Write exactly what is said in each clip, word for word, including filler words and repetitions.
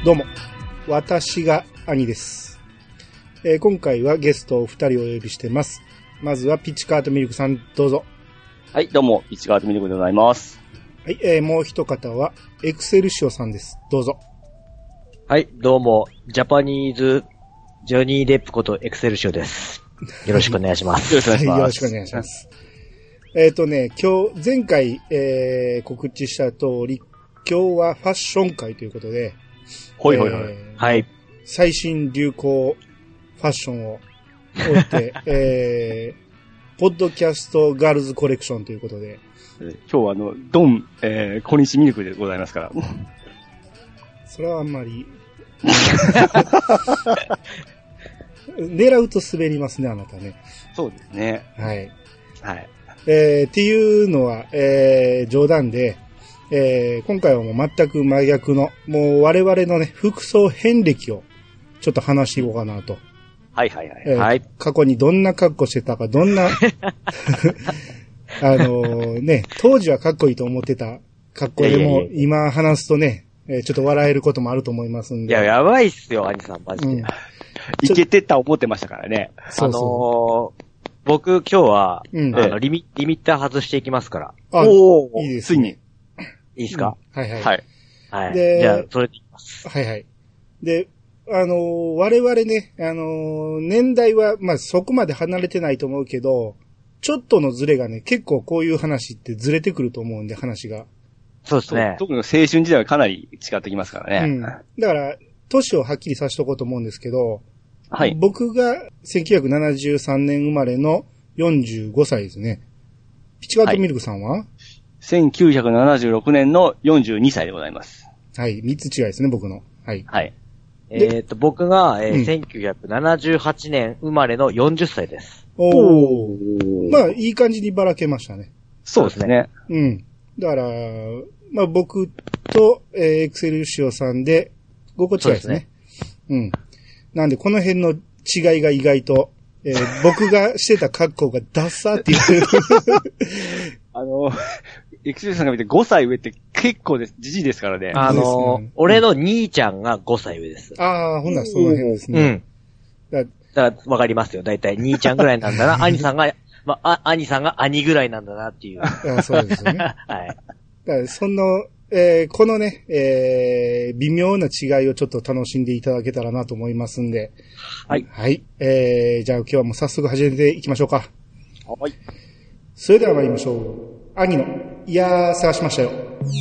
どうも、私が兄です。えー、今回はゲストをふたりお呼びしてます。まずはピッチカートミルクさん、どうぞ。 はい、どうも、ピッチカートミルクでございます。 はい、えー、もう一方はエクセルシオさんです。どうぞ。 はい、どうも、ジャパニーズジョニー・デップことエクセルシオです。よろしくお願いします。 よろしくお願いします。 よろしくお願いします。えっとね、今日、前回、えー、告知した通り、今日はファッション会ということで、 ほいほいほい。 えー、 はい。 最新流行ファッションを置いて、えー、ポッドキャストガールズコレクションということで、 今日はあの、ドン、えー、小西ミルクでございますから。 それはあんまり、狙うと滑りますね、あなたね。 そうですね。 はい。 はい。 えー、っていうのは、えー、冗談で、えー、今回はもう全く真逆の、もう我々のね、服装遍歴をちょっと話していこうかなと。 はいはいはい。 えー、 はい。 過去にどんな格好してたか、どんな、あのー、ね、当時はかっこいいと思ってた格好でも、いやいやいや今話すとね、えー、ちょっと笑えることもあると思いますんで。 いや、やばいっすよ、兄さん、マジで。うん、 いけてた思ってましたからね。 そうそう。あのー、僕今日は、うん、あのリミ、リミッター外していきますから。 あ、おー、いいです、ね。 ついに。 いいですか、 うん、はいはい。 はい。 はい。で、じゃあ、それでいきます。 はいはい。で、あのー、我々ね、あのー、年代は、まあ、そこまで離れてないと思うけど、ちょっとのズレがね、結構こういう話ってズレてくると思うんで、話が。 そうですね。 特に青春時代はかなり違ってきますからね。 うん。だから、年をはっきりさせとこうと思うんですけど、 はい。 僕がせんきゅうひゃくななじゅうさんねん生まれのよんじゅうごさいですね。ピチカートミルクさんは、はい、 せんきゅうひゃくななじゅうろくねんのよんじゅうにさいでございます。 はい。みっつ違いですね、僕の。はい。 はい。 えっと、僕が、えーうん、せんきゅうひゃくななじゅうはちねん生まれのよんじゅっさいです。 おー。まあ、いい感じにばらけましたね。 そうですね。 うん。だから、まあ僕と、えー、エクセルシオさんでごこ違いですね。う, ねうん。なんで、この辺の違いが意外と、えー、僕がしてた格好がダッサーっていう。 あの、エクセルさんが見てごさい上って結構です、じじいですからね。 あのーね、俺の兄ちゃんがごさい上です。 ああ、ほんならその辺ですね。 うん。だだからわかりますよ。だいたい兄ちゃんぐらいなんだな。兄さんが、まあ、兄さんが兄ぐらいなんだなっていう。 あそうですよね。 はい。 だからその、えー、このね、えー、微妙な違いをちょっと楽しんでいただけたらなと思いますんで。 はい。 はい。えー、じゃあ今日はもう早速始めていきましょうか。 はい。 それでは参りましょう。兄の、いやー、探しましたよ。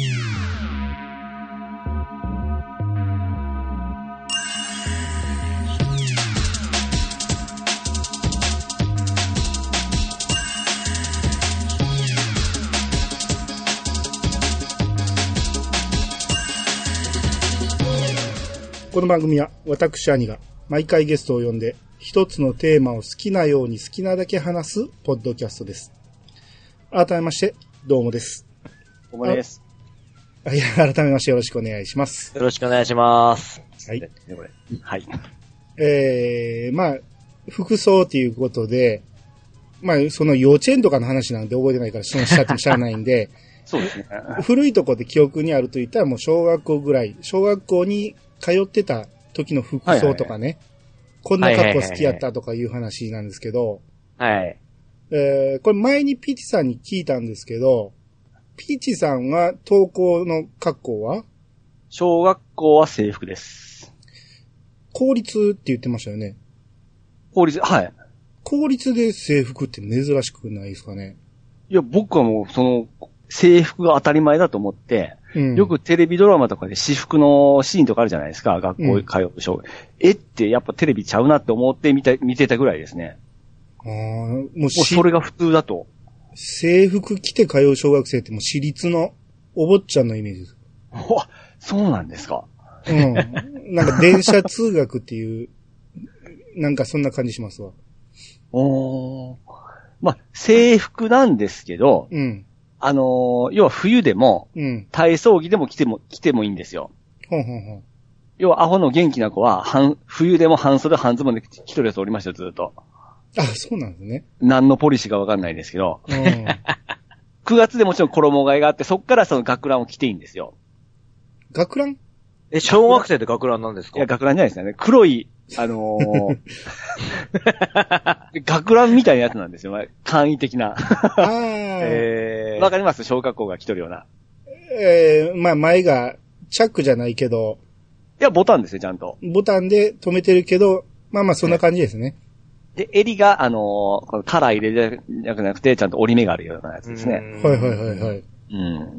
この番組は私兄が毎回ゲストを呼んで一つのテーマを好きなように好きなだけ話すポッドキャストです。改めましてどうもです。 どうもです。 いや改めましてよろしくお願いします。 よろしくお願いします。 はい。 はい。 えー、まあ服装ということで、まあその幼稚園とかの話なんで覚えてないからそのしちゃってもしゃあないんで。 そうですね。 古いところで記憶にあると言ったらもう小学校ぐらい、小学校に通ってた時の服装とかね、はいはいはい、こんな格好好きやったとかいう話なんですけど、 はい。 えー、これ前にピーチさんに聞いたんですけど、ピーチさんは登校の格好は？ 小学校は制服です。 公立って言ってましたよね。 公立、はい。 公立で制服って珍しくないですかね。 いや、僕はもうその制服が当たり前だと思って、うん、よくテレビドラマとかで私服のシーンとかあるじゃないですか、学校に通う小、うん、えってやっぱテレビちゃうなって思って見た、見てたぐらいですね。 ああ、もう、 もうそれが普通だと。 制服着て通う小学生ってもう私立のお坊ちゃんのイメージです。 わ、そうなんですか。 うん。なんか電車通学っていう、なんかそんな感じしますわ。 おー。まあ、制服なんですけど、 うん。 あのー、要は冬でも、うん、体操着でも着ても、着てもいいんですよ。 ほんほんほん。 要はアホの元気な子は、半、冬でも半袖半ズボンで着とるやつおりましたよ、ずっと。 あ、そうなんですね。 何のポリシーかわかんないですけど。うん、くがつでもちろん衣替えがあって、そっからその学ランを着ていいんですよ。 学ラン？ え、小学生で学ランなんですか？ いや、学ランじゃないですよね。黒い、あのー、学ランみたいなやつなんですよ。簡易的な。 ああ。 えー、 わかります？小学校が着とるような。 えー、まあ前がチャックじゃないけど。 いや、ボタンですよ、ちゃんと。 ボタンで止めてるけど、まあまあそんな感じですね。 で、襟が、あのー、このカラー入れじゃなくて、ちゃんと折り目があるようなやつですね。 はいはいはいはい。 うん。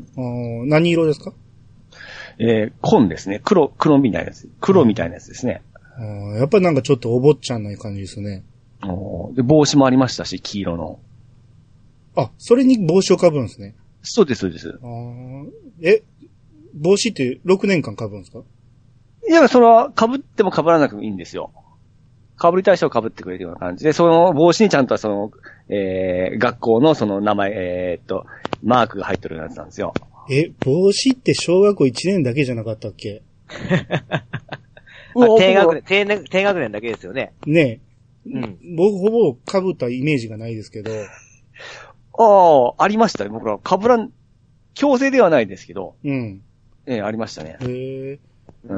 あ何色ですか？ えー、紺ですね。黒、黒みたいなやつ。黒みたいなやつですね。 あやっぱなんかちょっとお坊ちゃんな感じですね。 で、帽子もありましたし、黄色の。 あ、それに帽子をかぶるんですね。 そうです、そうです。あえ、帽子ってろくねんかんかぶるんですか？ いや、それは被っても被らなくてもいいんですよ。被りたい人は被ってくれるような感じで、その帽子にちゃんとその、えー、学校のその名前、えー、っと、マークが入ってるやつなんですよ。 え、帽子って小学校いちねんだけじゃなかったっけ？ まあ、低学年、低年、低学年だけですよね。 ねえ。 うん。 僕ほぼ被ったイメージがないですけど。 ああ、ありましたね。僕ら被らん、強制ではないですけど。 うん。 ええ、ありましたね。 へえ。 うん。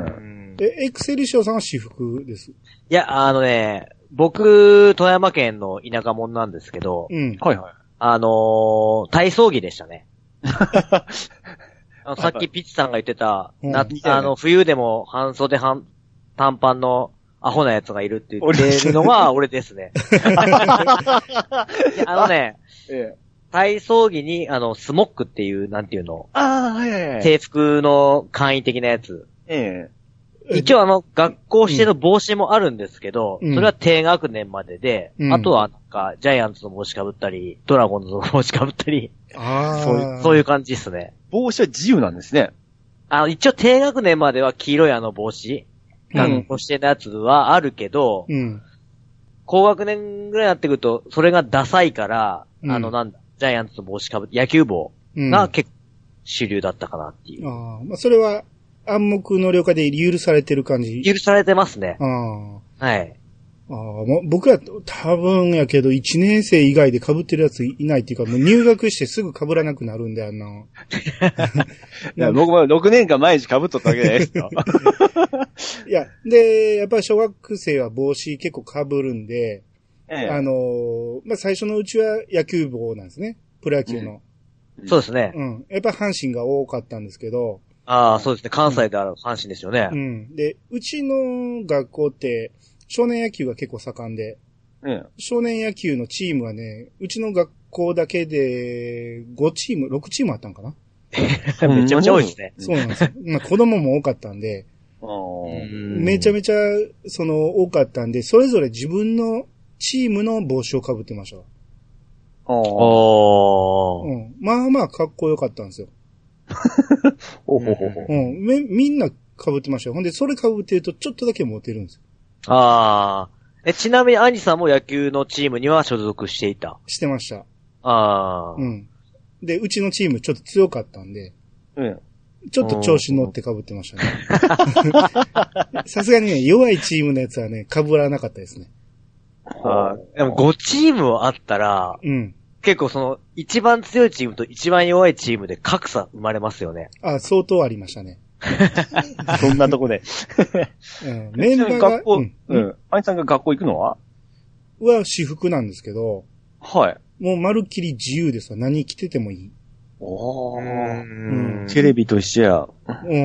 え、エクセルシオさんは私服です。 いや、あのね、僕、富山県の田舎者なんですけど、 うん。 はいはい。 あのー、体操着でしたね。あのさっきピッチさんが言ってた、 うん、 なあの、冬でも半袖半、短パンのアホなやつがいるって言ってるのが俺ですね。いやあのね、 ええ、 体操着に、あの、スモックっていう、なんていうの、 ああ、はいはいはい。 制服の簡易的なやつ。 ええ。一応あの、学校指定の帽子もあるんですけど、 うん、 それは低学年までで、うん、あとはなんか、ジャイアンツの帽子被ったり、ドラゴンズの帽子被ったり、 あそういう、そういう感じですね。 帽子は自由なんですね。 あの、一応低学年までは黄色いあの帽子、学校指定のやつはあるけど、うん、高学年ぐらいになってくると、それがダサいから、うん、あの、なんだ、ジャイアンツの帽子被って、野球帽が結構主流だったかなっていう。 うん、ああ、まあ、それは暗黙の了解で許されてる感じ？ 許されてますね。 ああ。はい。 ああ、もう僕は多分やけど、いちねん生以外で被ってるやついないっていうか、もう入学してすぐ被らなくなるんで、あんな。いや、僕もろくねんかん毎日被っとったわけじゃないですよ。 いや、で、やっぱり小学生は帽子結構被るんで、ええ、あの、まあ、最初のうちは野球帽なんですね。プロ野球の。 うん、そうですね。 うん。やっぱ阪神が多かったんですけど。 ああ、そうですね。関西である阪神ですよね。 うん。で、うちの学校って、少年野球が結構盛んで、うん、少年野球のチームはね、うちの学校だけでごチーム、ろくチームあったんかな。 めちゃめちゃ多いですね。 そうなんですよ。まあ子供も多かったんで、めちゃめちゃ、その、多かったんで、それぞれ自分のチームの帽子をかぶってました。ああ。うん。まあまあかっこよかったんですよ。 ほほほほ。 うん。め、みんなかぶってましたよ。ほんで、それかぶってるとちょっとだけモテるんですよ。 ああ。え、ちなみにアニさんも野球のチームには所属していた？ してました。 ああ。 うん。で、うちのチームちょっと強かったんで、 うん。 ちょっと調子乗って被ってましたね。さすがにね、弱いチームのやつはね、被らなかったですね。 ああ。でもごチームあったら、うん。結構その、一番強いチームと一番弱いチームで格差生まれますよね。 ああ、相当ありましたね。 そんなとこで。 うん、メンバーが、 学校、うん。うん。アニさんが学校行くのはは私服なんですけど、 はい。 もうまるっきり自由ですわ。何着ててもいい。 おー。うん。テレビと一緒や。 うん。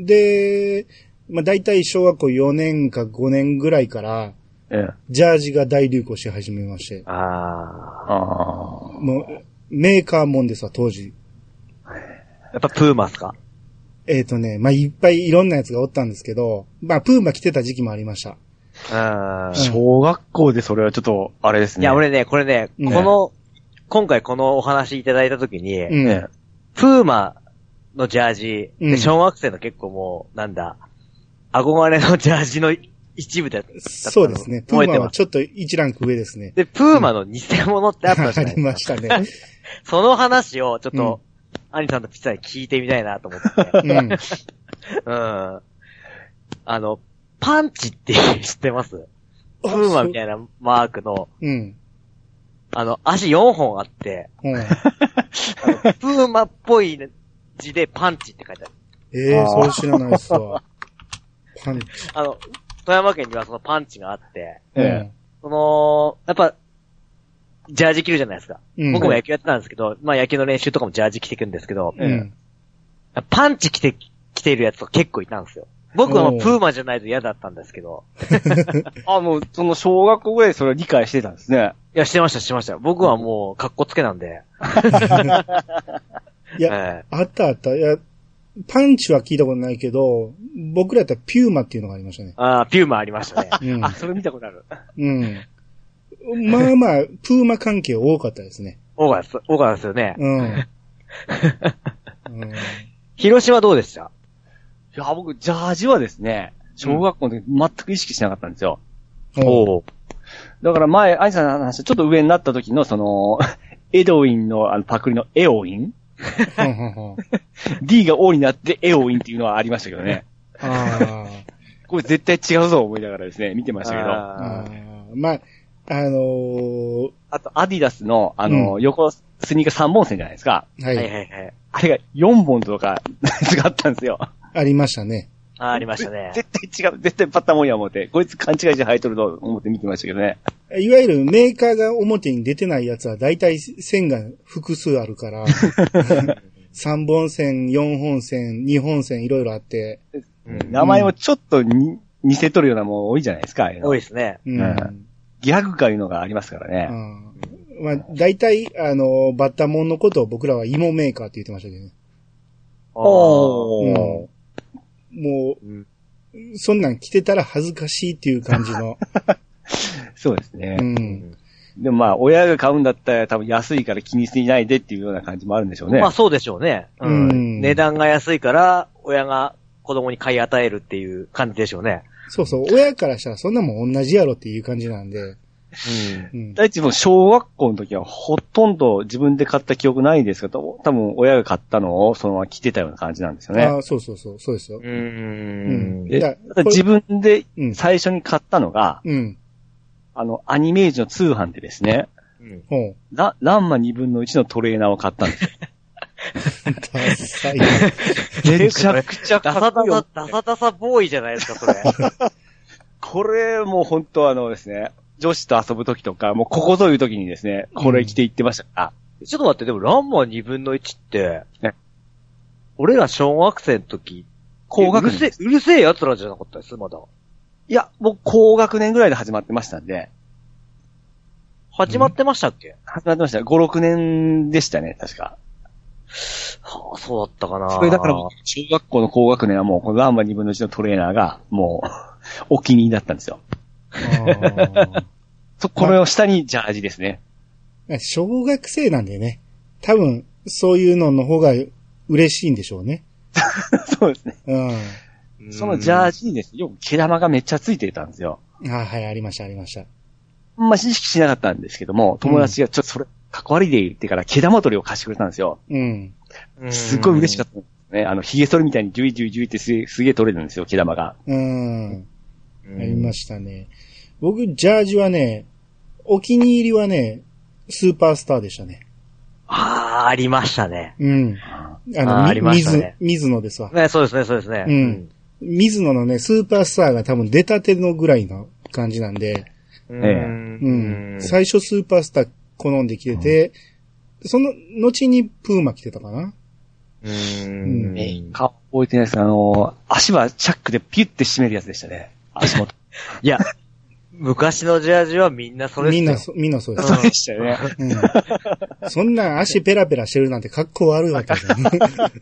で、まあ大体小学校よねんかごねんぐらいから、ええ、ジャージが大流行し始めまして。 ああ。 ああ。もう、メーカーもんですわ、当時。 やっぱプーマっすか？ えっとね、まあ、いっぱいいろんなやつがおったんですけど、まあ、プーマ着てた時期もありました。 あ、うん、小学校でそれはちょっと、あれですね。 いや、俺ね、これね、うん、この、今回このお話いただいたときに、うん、プーマのジャージ、で小学生の結構もう、なんだ、憧れのジャージの一部だった。 そうですね。プーマはちょっと一ランク上ですね。 で、プーマの偽物ってあったじゃないですか。 ありましたね。 その話をちょっと、うんアニさんとピッツァに聞いてみたいなと思って。うん。うん。あの、パンチって知ってます？プーマみたいなマークの、うん。あの、足よんほんあって、うん。あのプーマっぽい字でパンチって書いてある。 ええー、それ知らないっすわ。 パンチ。 あの、富山県にはそのパンチがあって、 うん、 その、やっぱ、ジャージ着るじゃないですか。うん、僕も野球やってたんですけど、まあ野球の練習とかもジャージ着てくんですけど、 うん、 パンチ着て、着ているやつとか結構いたんですよ。僕はもうプーマじゃないと嫌だったんですけど。 あ、もう、その小学校ぐらいでそれを理解してたんですね。 いや、してました、してました。僕はもう、格好つけなんで。 いや、えー、あったあった。いや、パンチは聞いたことないけど、僕らやったらピューマっていうのがありましたね。 ああ、ピューマありましたね。 うん、あ、それ見たことある。 うん。まあまあ、プーマ関係多かったですね。 多かった、多かったですよね。 うん。うん、 広島どうでした？ いや、僕、ジャージはですね、小学校の時全く意識しなかったんですよ。 うん、おだから前、アイさんの話、ちょっと上になった時の、その、エドウィンのあのパクリのエオウィンD が O になってエオウィンっていうのはありましたけどね。 あこれ絶対違うぞ思いながらですね、見てましたけど。 あまあ、あのー、 あと、アディダスの、あの、うん、横スニーカーさんぼん線じゃないですか。 はい。 はいはいはい。 あれがよんぼんとか、やつがあったんですよ。 ありましたね。 あ、ありましたね。 絶対違う、絶対パッタモンや思って、こいつ勘違いして履いとると思って見てましたけどね。 いわゆるメーカーが表に出てないやつは大体線が複数あるから、さんぼん線、よんほん線、にほん線いろいろあって、 うん、名前をちょっとに似せとるようなもん多いじゃないですか。 多いですね。 うん。うん、 ギャグかいうのがありますからね。 うん、まあ、大体、あの、バッタモンのことを僕らは芋メーカーって言ってましたけどね。 おー。うん、 もう、うん、そんなん着てたら恥ずかしいっていう感じの。 そうですね。 うん。 でもまあ、親が買うんだったら多分安いから気にしないでっていうような感じもあるんでしょうね。 まあそうでしょうね。 うん。うん、 値段が安いから、親が子供に買い与えるっていう感じでしょうね。 そうそう。親からしたらそんなもん同じやろっていう感じなんで。 うん。大地も小学校の時はほとんど自分で買った記憶ないですけど、多分親が買ったのをそのまま着てたような感じなんですよね。 ああ、そうそうそう、そうですよ。 うーん。 で、自分で最初に買ったのが、 うん。 あの、アニメージュの通販でですね、 うん。 ラ、ランマにぶんのいちのトレーナーを買ったんですよ。 ダサい。 めちゃくちゃかっこいい。 ダサダサ、ダサダサボーイじゃないですか、それ。 これ、もう本当あのですね、女子と遊ぶ時とか、もうここぞいう時にですね、これ着て行ってましたから。 うん、ちょっと待って、でもランマにぶんのいちって、ね、俺ら小学生の時、高学年。うるせえ、うるせえ奴らじゃなかったです、まだ。 いや、僕高学年ぐらいで始まってましたんで。 始まってましたっけ？ 始まってました。ご、ろくねんでしたね、確か。 はあ、そうだったかな。 それだから中学校の高学年はもう、このランマにぶんのいちのトレーナーが、もう、お気に入りだったんですよ。そ、これを下にジャージですね。 小学生なんでね。多分、そういうのの方が嬉しいんでしょうね。 そうですね。 うん。 そのジャージにですね、よく毛玉がめっちゃついていたんですよ。 ああ、はい、ありました、ありました。 まあ、意識しなかったんですけども、友達がちょっとそれ、かっこ悪いで言ってから毛玉取りを貸してくれたんですよ。 うん。 すっごい嬉しかったですね。あの、髭剃りみたいにジュイジュイジュイってすげえ、すげえ取れるんですよ、毛玉が。 うん。ありましたね。僕、ジャージはね、お気に入りはね、スーパースターでしたね。 ああ、ありましたね。 うん。あの、ありましたね。水、水野ですわ。 ね、そうですね、そうですね。 うん。水野のね、スーパースターが多分出たてのぐらいの感じなんで、 うん。うん。最初スーパースター好んできてて、うん、その後にプーマ着てたかな。 うーん。 え、顔覚えてないですけど、あの、足はチャックでピュッて締めるやつでしたね。足元。 いや、昔のジャージはみんなそれみんなそ、みんなそうです。 そうでしたよね。 うん。そんな足ペラペラしてるなんて格好悪いわけじゃん。い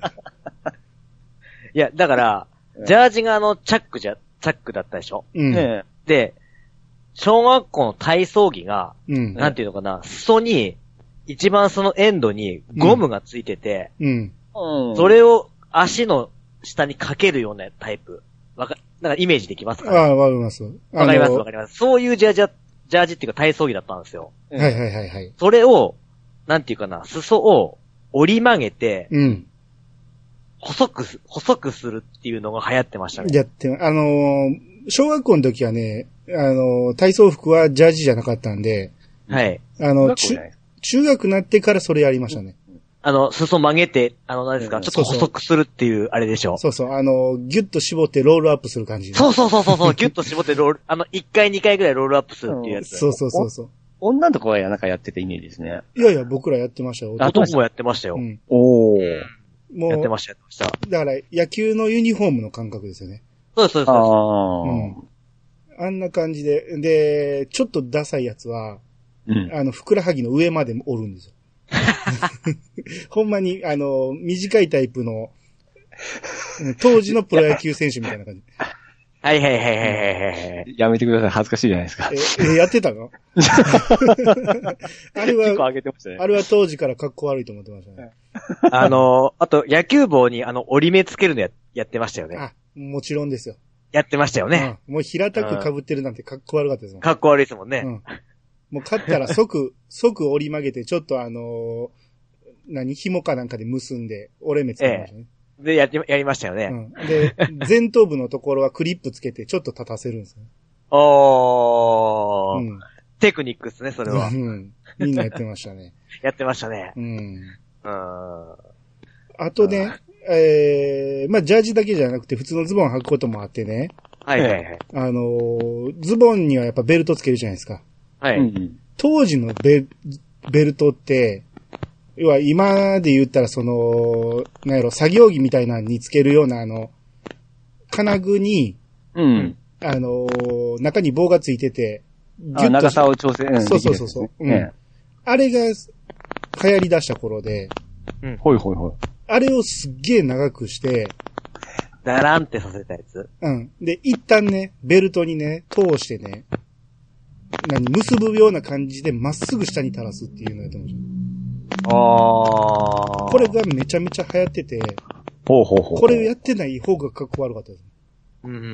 や、だから、ジャージがあの、チャックじゃ、チャックだったでしょ？ うん。 で、小学校の体操着が、 うん、 なんていうのかな、裾に、一番そのエンドにゴムがついてて、 うん。 うん、それを足の下にかけるようなタイプ。わか、なんかイメージできますか、ね、 ああ、わかります。 わかります、わかります。そういうジャージャ、ジャージっていうか体操着だったんですよ。 はいはいはいはい。 それを、なんていうかな、裾を折り曲げて、 うん。 細く、細くするっていうのが流行ってましたね。 やって、あのー、小学校の時はね、あのー、体操服はジャージじゃなかったんで、 はい。 あの、中、中学になってからそれやりましたね。 あの、裾曲げて、あの、何ですか、ちょっと細くするっていう、あれでしょ。 そうそう、あの、ギュッと絞ってロールアップする感じ、ね。 そうそうそうそうそう、ギュッと絞ってロール、あの、いっかいにかいぐらいロールアップするっていうやつ。 そうそうそうそう。 女の子がなんかやってたイメージですね。 いやいや、僕らやってましたよ。 男もやってましたよ。 うん、 おー。 もう。やってました、やってました。 だから、野球のユニフォームの感覚ですよね。 そうです、そうです。ああ、うん。あんな感じで、で、ちょっとダサいやつは、うん、あの、ふくらはぎの上まで折るんですよ。ほんまに、あの、短いタイプの、当時のプロ野球選手みたいな感じ。 はいはいはいはいはい。 やめてください。恥ずかしいじゃないですか。 え、えやってたのあれは、 結構上げてましたね。 あれは当時から格好悪いと思ってましたね。 あの、あと野球帽にあの折り目つけるのや、やってましたよね。 あ、もちろんですよ。 やってましたよね。 うん、もう平たく被ってるなんて格好悪かったですもん。 格好悪いですもんね。うん、 もう勝ったら即、即折り曲げて、ちょっとあのー、何紐かなんかで結んで、折れ目つけましたね。 ええ、で、やって、やりましたよね。 うん。で、前頭部のところはクリップつけて、ちょっと立たせるんですよ。 おー。うん。テクニックですね、それは。 うん。みんなやってましたね。 やってましたね。 うん。うん。あとね、えー、まあ、ジャージだけじゃなくて、普通のズボン履くこともあってね。 はいはいはい。 あのー、ズボンにはやっぱベルトつけるじゃないですか。 はい。うん、 当時のベ、ベルトって、要は今で言ったらその、なんやろ、作業着みたいなのにつけるようなあの、金具に、 うん。 あのー、中に棒がついてて、 ギュッと長さを調整、うん、 そうそうそうそう、うんね。あれが流行り出した頃で、 うん。ほいほいほい。 あれをすっげえ長くして、 ダランってさせたやつ。 うん。で、一旦ね、ベルトにね、通してね、何、結ぶような感じでまっすぐ下に垂らすっていうのをやってました。 ああ。 これがめちゃめちゃ流行ってて、 ほうほうほう。 これをやってない方がかっこ悪かったです。 うんうんうん。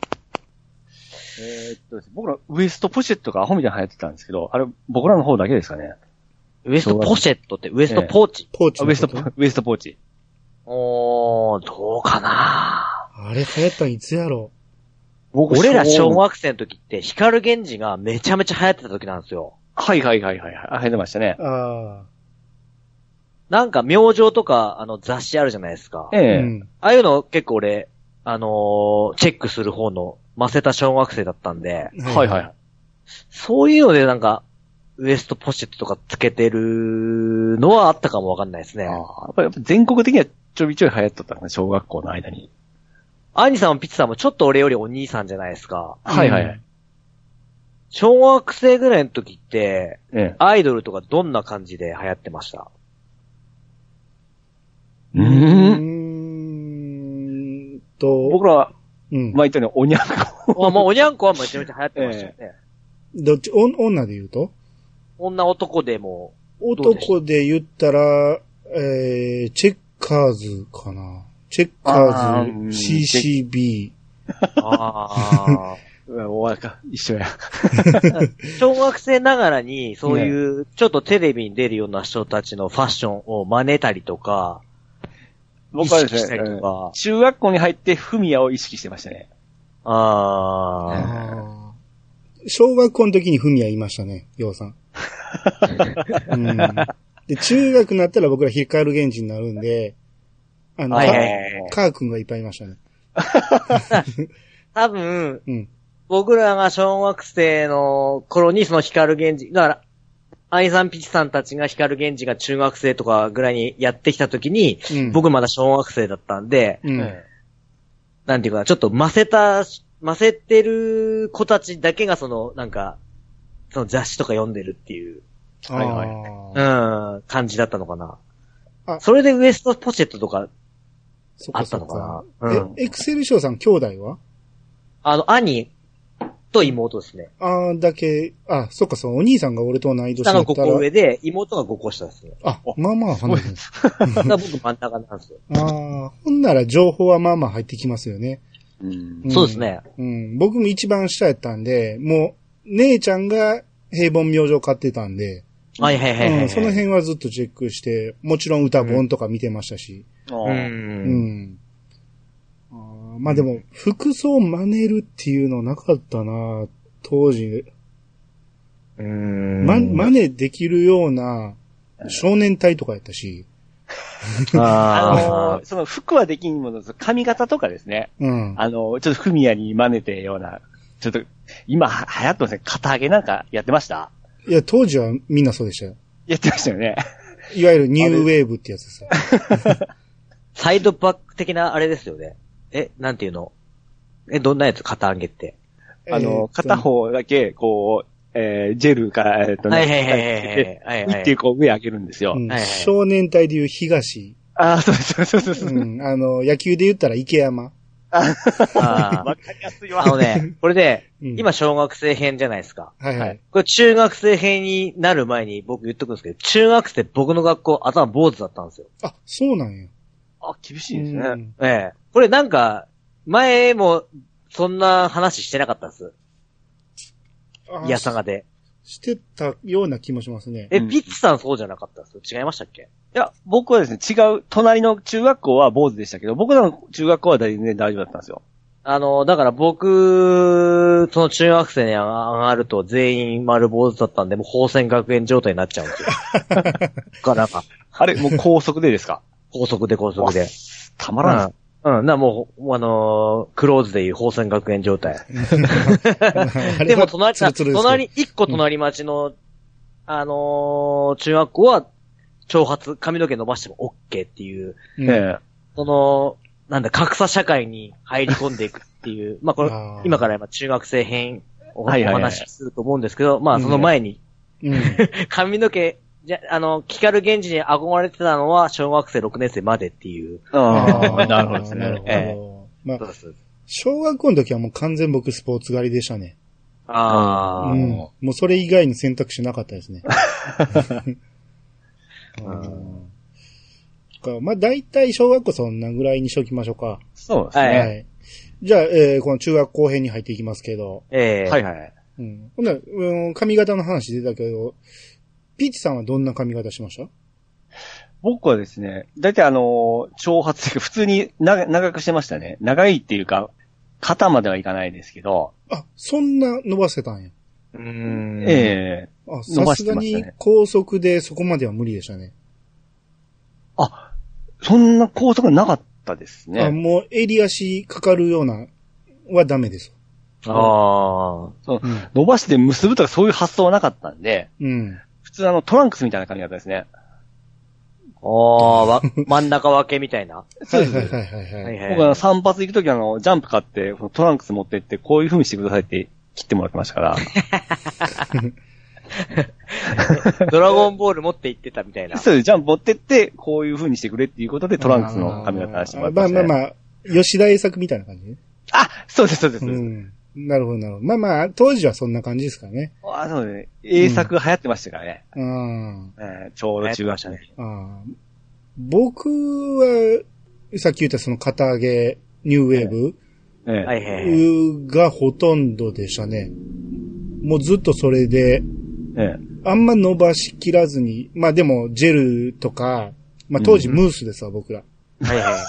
えー、っと、僕らウエストポシェットがアホみたいに流行ってたんですけど、あれ僕らの方だけですかね。 ウエストポシェットってウエストポーチ、 えー、ポーチウエストポ、ウエストポーチ。 おー、どうかな。 あれ流行ったんいつやろう。俺ら小学生の時って光源氏がめちゃめちゃ流行ってた時なんですよ。 はいはいはいはい。あ、流行ってましたね。 ああ。 なんか、明星とか、あの、雑誌あるじゃないですか。 ええ。うん、 ああいうの結構俺、あのー、チェックする方の、ませた小学生だったんで。 はいはい。 そういうのでなんか、ウエストポシェットとかつけてるのはあったかもわかんないですね。ああ。やっぱ全国的にはちょいちょい流行っとったね、小学校の間に。 アニさんもピッチさんもちょっと俺よりお兄さんじゃないですか。 はいはいはい。 小学生ぐらいの時って、 ええ、 アイドルとかどんな感じで流行ってました？ うーんと。 僕らは、うん。前言ったようにおにゃんこ。 あ、もうおにゃんこはめちゃめちゃ流行ってましたよね。ええ、どっち、お、女で言うと？ 女男でも。 男で言ったら、えー、チェッカーズかな。チェッカーズ、シーシービー。 ああ。 おわか、一緒や。 小学生ながらに、そういう、ちょっとテレビに出るような人たちのファッションを真似たりとか、 僕はですね、中学校に入ってフミヤを意識してましたね。 ああ。小学校の時にフミヤいましたね、ようさん。うん、で、中学になったら僕ら光源氏になるんで、あの、はいはいはい、カー君がいっぱいいましたね。 多分、 うん、 僕らが小学生の頃にその光源氏、だから、アイさんピチさんたちが光源氏が中学生とかぐらいにやってきた時に、うん、僕まだ小学生だったんで、うん、なんていうか、ちょっとませた、ませてる子たちだけがその、なんか、その雑誌とか読んでるっていう、 はいはい、 うん、感じだったのかな。あ、それでウエストポシェットとか、あったのかな。 うん、え、エクセルショーさん兄弟は？ あの、兄と妹ですね。 ああ、だけ、あ、そっかそう、お兄さんが俺と同い年だったら。 下がごこ上で、妹がごこ下ですね。 あ、まあまあ離れてる。 だから僕真ん中なんですよ。 ああ、ほんなら情報はまあまあ入ってきますよね。 うん、うん、そうですね。 うん。僕も一番下やったんで、もう、姉ちゃんが平凡明星買ってたんで、 はいはいはい、はい、うん。 その辺はずっとチェックして、もちろん歌本とか見てましたし。 うん。うん。 あまあでも、服装真似るっていうのなかったな、当時。 うん。 ま、真似できるような少年隊とかやったし。 あのー、その服はできんもの、髪型とかですね。 うん。 あのー、ちょっとフミヤに真似てような、ちょっと、今は流行ってますね。肩上げなんかやってました？ いや、当時はみんなそうでしたよ。 やってましたよね。 いわゆるニューウェーブってやつですよ。 サイドバック的なあれですよね。え、なんていうの？え、どんなやつ肩上げって。 あの、片方だけ、こう、えー、ジェルから、えっとね、 はいはいはいはいはい。 っていうこう上上げるんですよ。 うん、少年隊でいう東。 ああ、そうそうそうそう。 うん。あの、野球で言ったら池山。 ああ。わかりやすいわ。あのね、これで、うん、今小学生編じゃないですか。 はいはい。 これ中学生編になる前に僕言っとくんですけど、中学生僕の学校頭坊主だったんですよ。 あ、そうなんや。 あ、厳しいですね。うん、 ええ。これなんか、前もそんな話してなかったんです。いやさがで。 してたような気もしますね。 え、ピッツさんそうじゃなかったんですよ。違いましたっけ？ いや、僕はですね、違う、隣の中学校は坊主でしたけど、僕らの中学校は全然大丈夫だったんですよ。 あの、だから僕、その中学生に上がると全員丸坊主だったんで、もう宝泉学園状態になっちゃうんですよ。かなんか。 あれ、もう高速でですか？ 高速で高速で。 たまらん。 うん、な、もう、あのー、クローズでいう宝泉学園状態。でも隣、隣、一個隣町の、あのー、中学校は、長髪、髪の毛伸ばしても OK っていう、 うん、 その、なんだ、格差社会に入り込んでいくっていう、まあこれ、今から今中学生編をお話しすると思うんですけど、まあその前に、うん、髪の毛、じゃ、あの、キカル源氏に憧れてたのは小学生ろくねん生までっていう。 ああ、なるほどですね。 なるほど。ええ、まあ、小学校の時はもう完全僕スポーツ狩りでしたね。 ああ、 うん。もうそれ以外に選択肢なかったですね。うん、まあ大体小学校そんなぐらいにしときましょうか。 そうですね。はい。 じゃあ、えー、この中学校編に入っていきますけど。 ええー。 はいはい。 うん。ほんなら、うん、髪型の話出たけど、ピーチさんはどんな髪型しました？ 僕はですね、だいたいあの、長髪で普通に長長くしてましたね。長いっていうか、肩まではいかないですけど。 あ、そんな伸ばせたんや。 うーん。ええー。あ、さすがに高速でそこまでは無理でしたね。 あ、そんな高速なかったですね。 あ、もう襟足かかるようなはダメです。 ああ、そう、うん、伸ばして結ぶとかそういう発想はなかったんで。 うん。 普通あのトランクスみたいな髪型ですね。 ああ、わ、真ん中分けみたいな。 そうです。はいはいはいはい。 僕は散髪行くときあの、ジャンプ買って、トランクス持ってって、こういう風にしてくださいって切ってもらってましたから。 ドラゴンボール持って行ってたみたいな。 そうです。ジャンプ持ってって、こういう風にしてくれっていうことでトランクスの髪型してもらってました、ね。 まあまあまあ、吉田栄作みたいな感じね。 あ、そうですそうです。 うん。なるほどなるほど。まあまあ、当時はそんな感じですからね。 あ、そうね。栄作流行ってましたからね。 うん。 えー、ちょうど中学生ね。 あ僕は、さっき言ったその肩上げ、ニューウェーブ、 ええええ、がほとんどでしたね。もうずっとそれで、 ええ、 あんま伸ばしきらずに、まあでもジェルとか、まあ当時ムースですわ、うん、僕ら。 はいはい。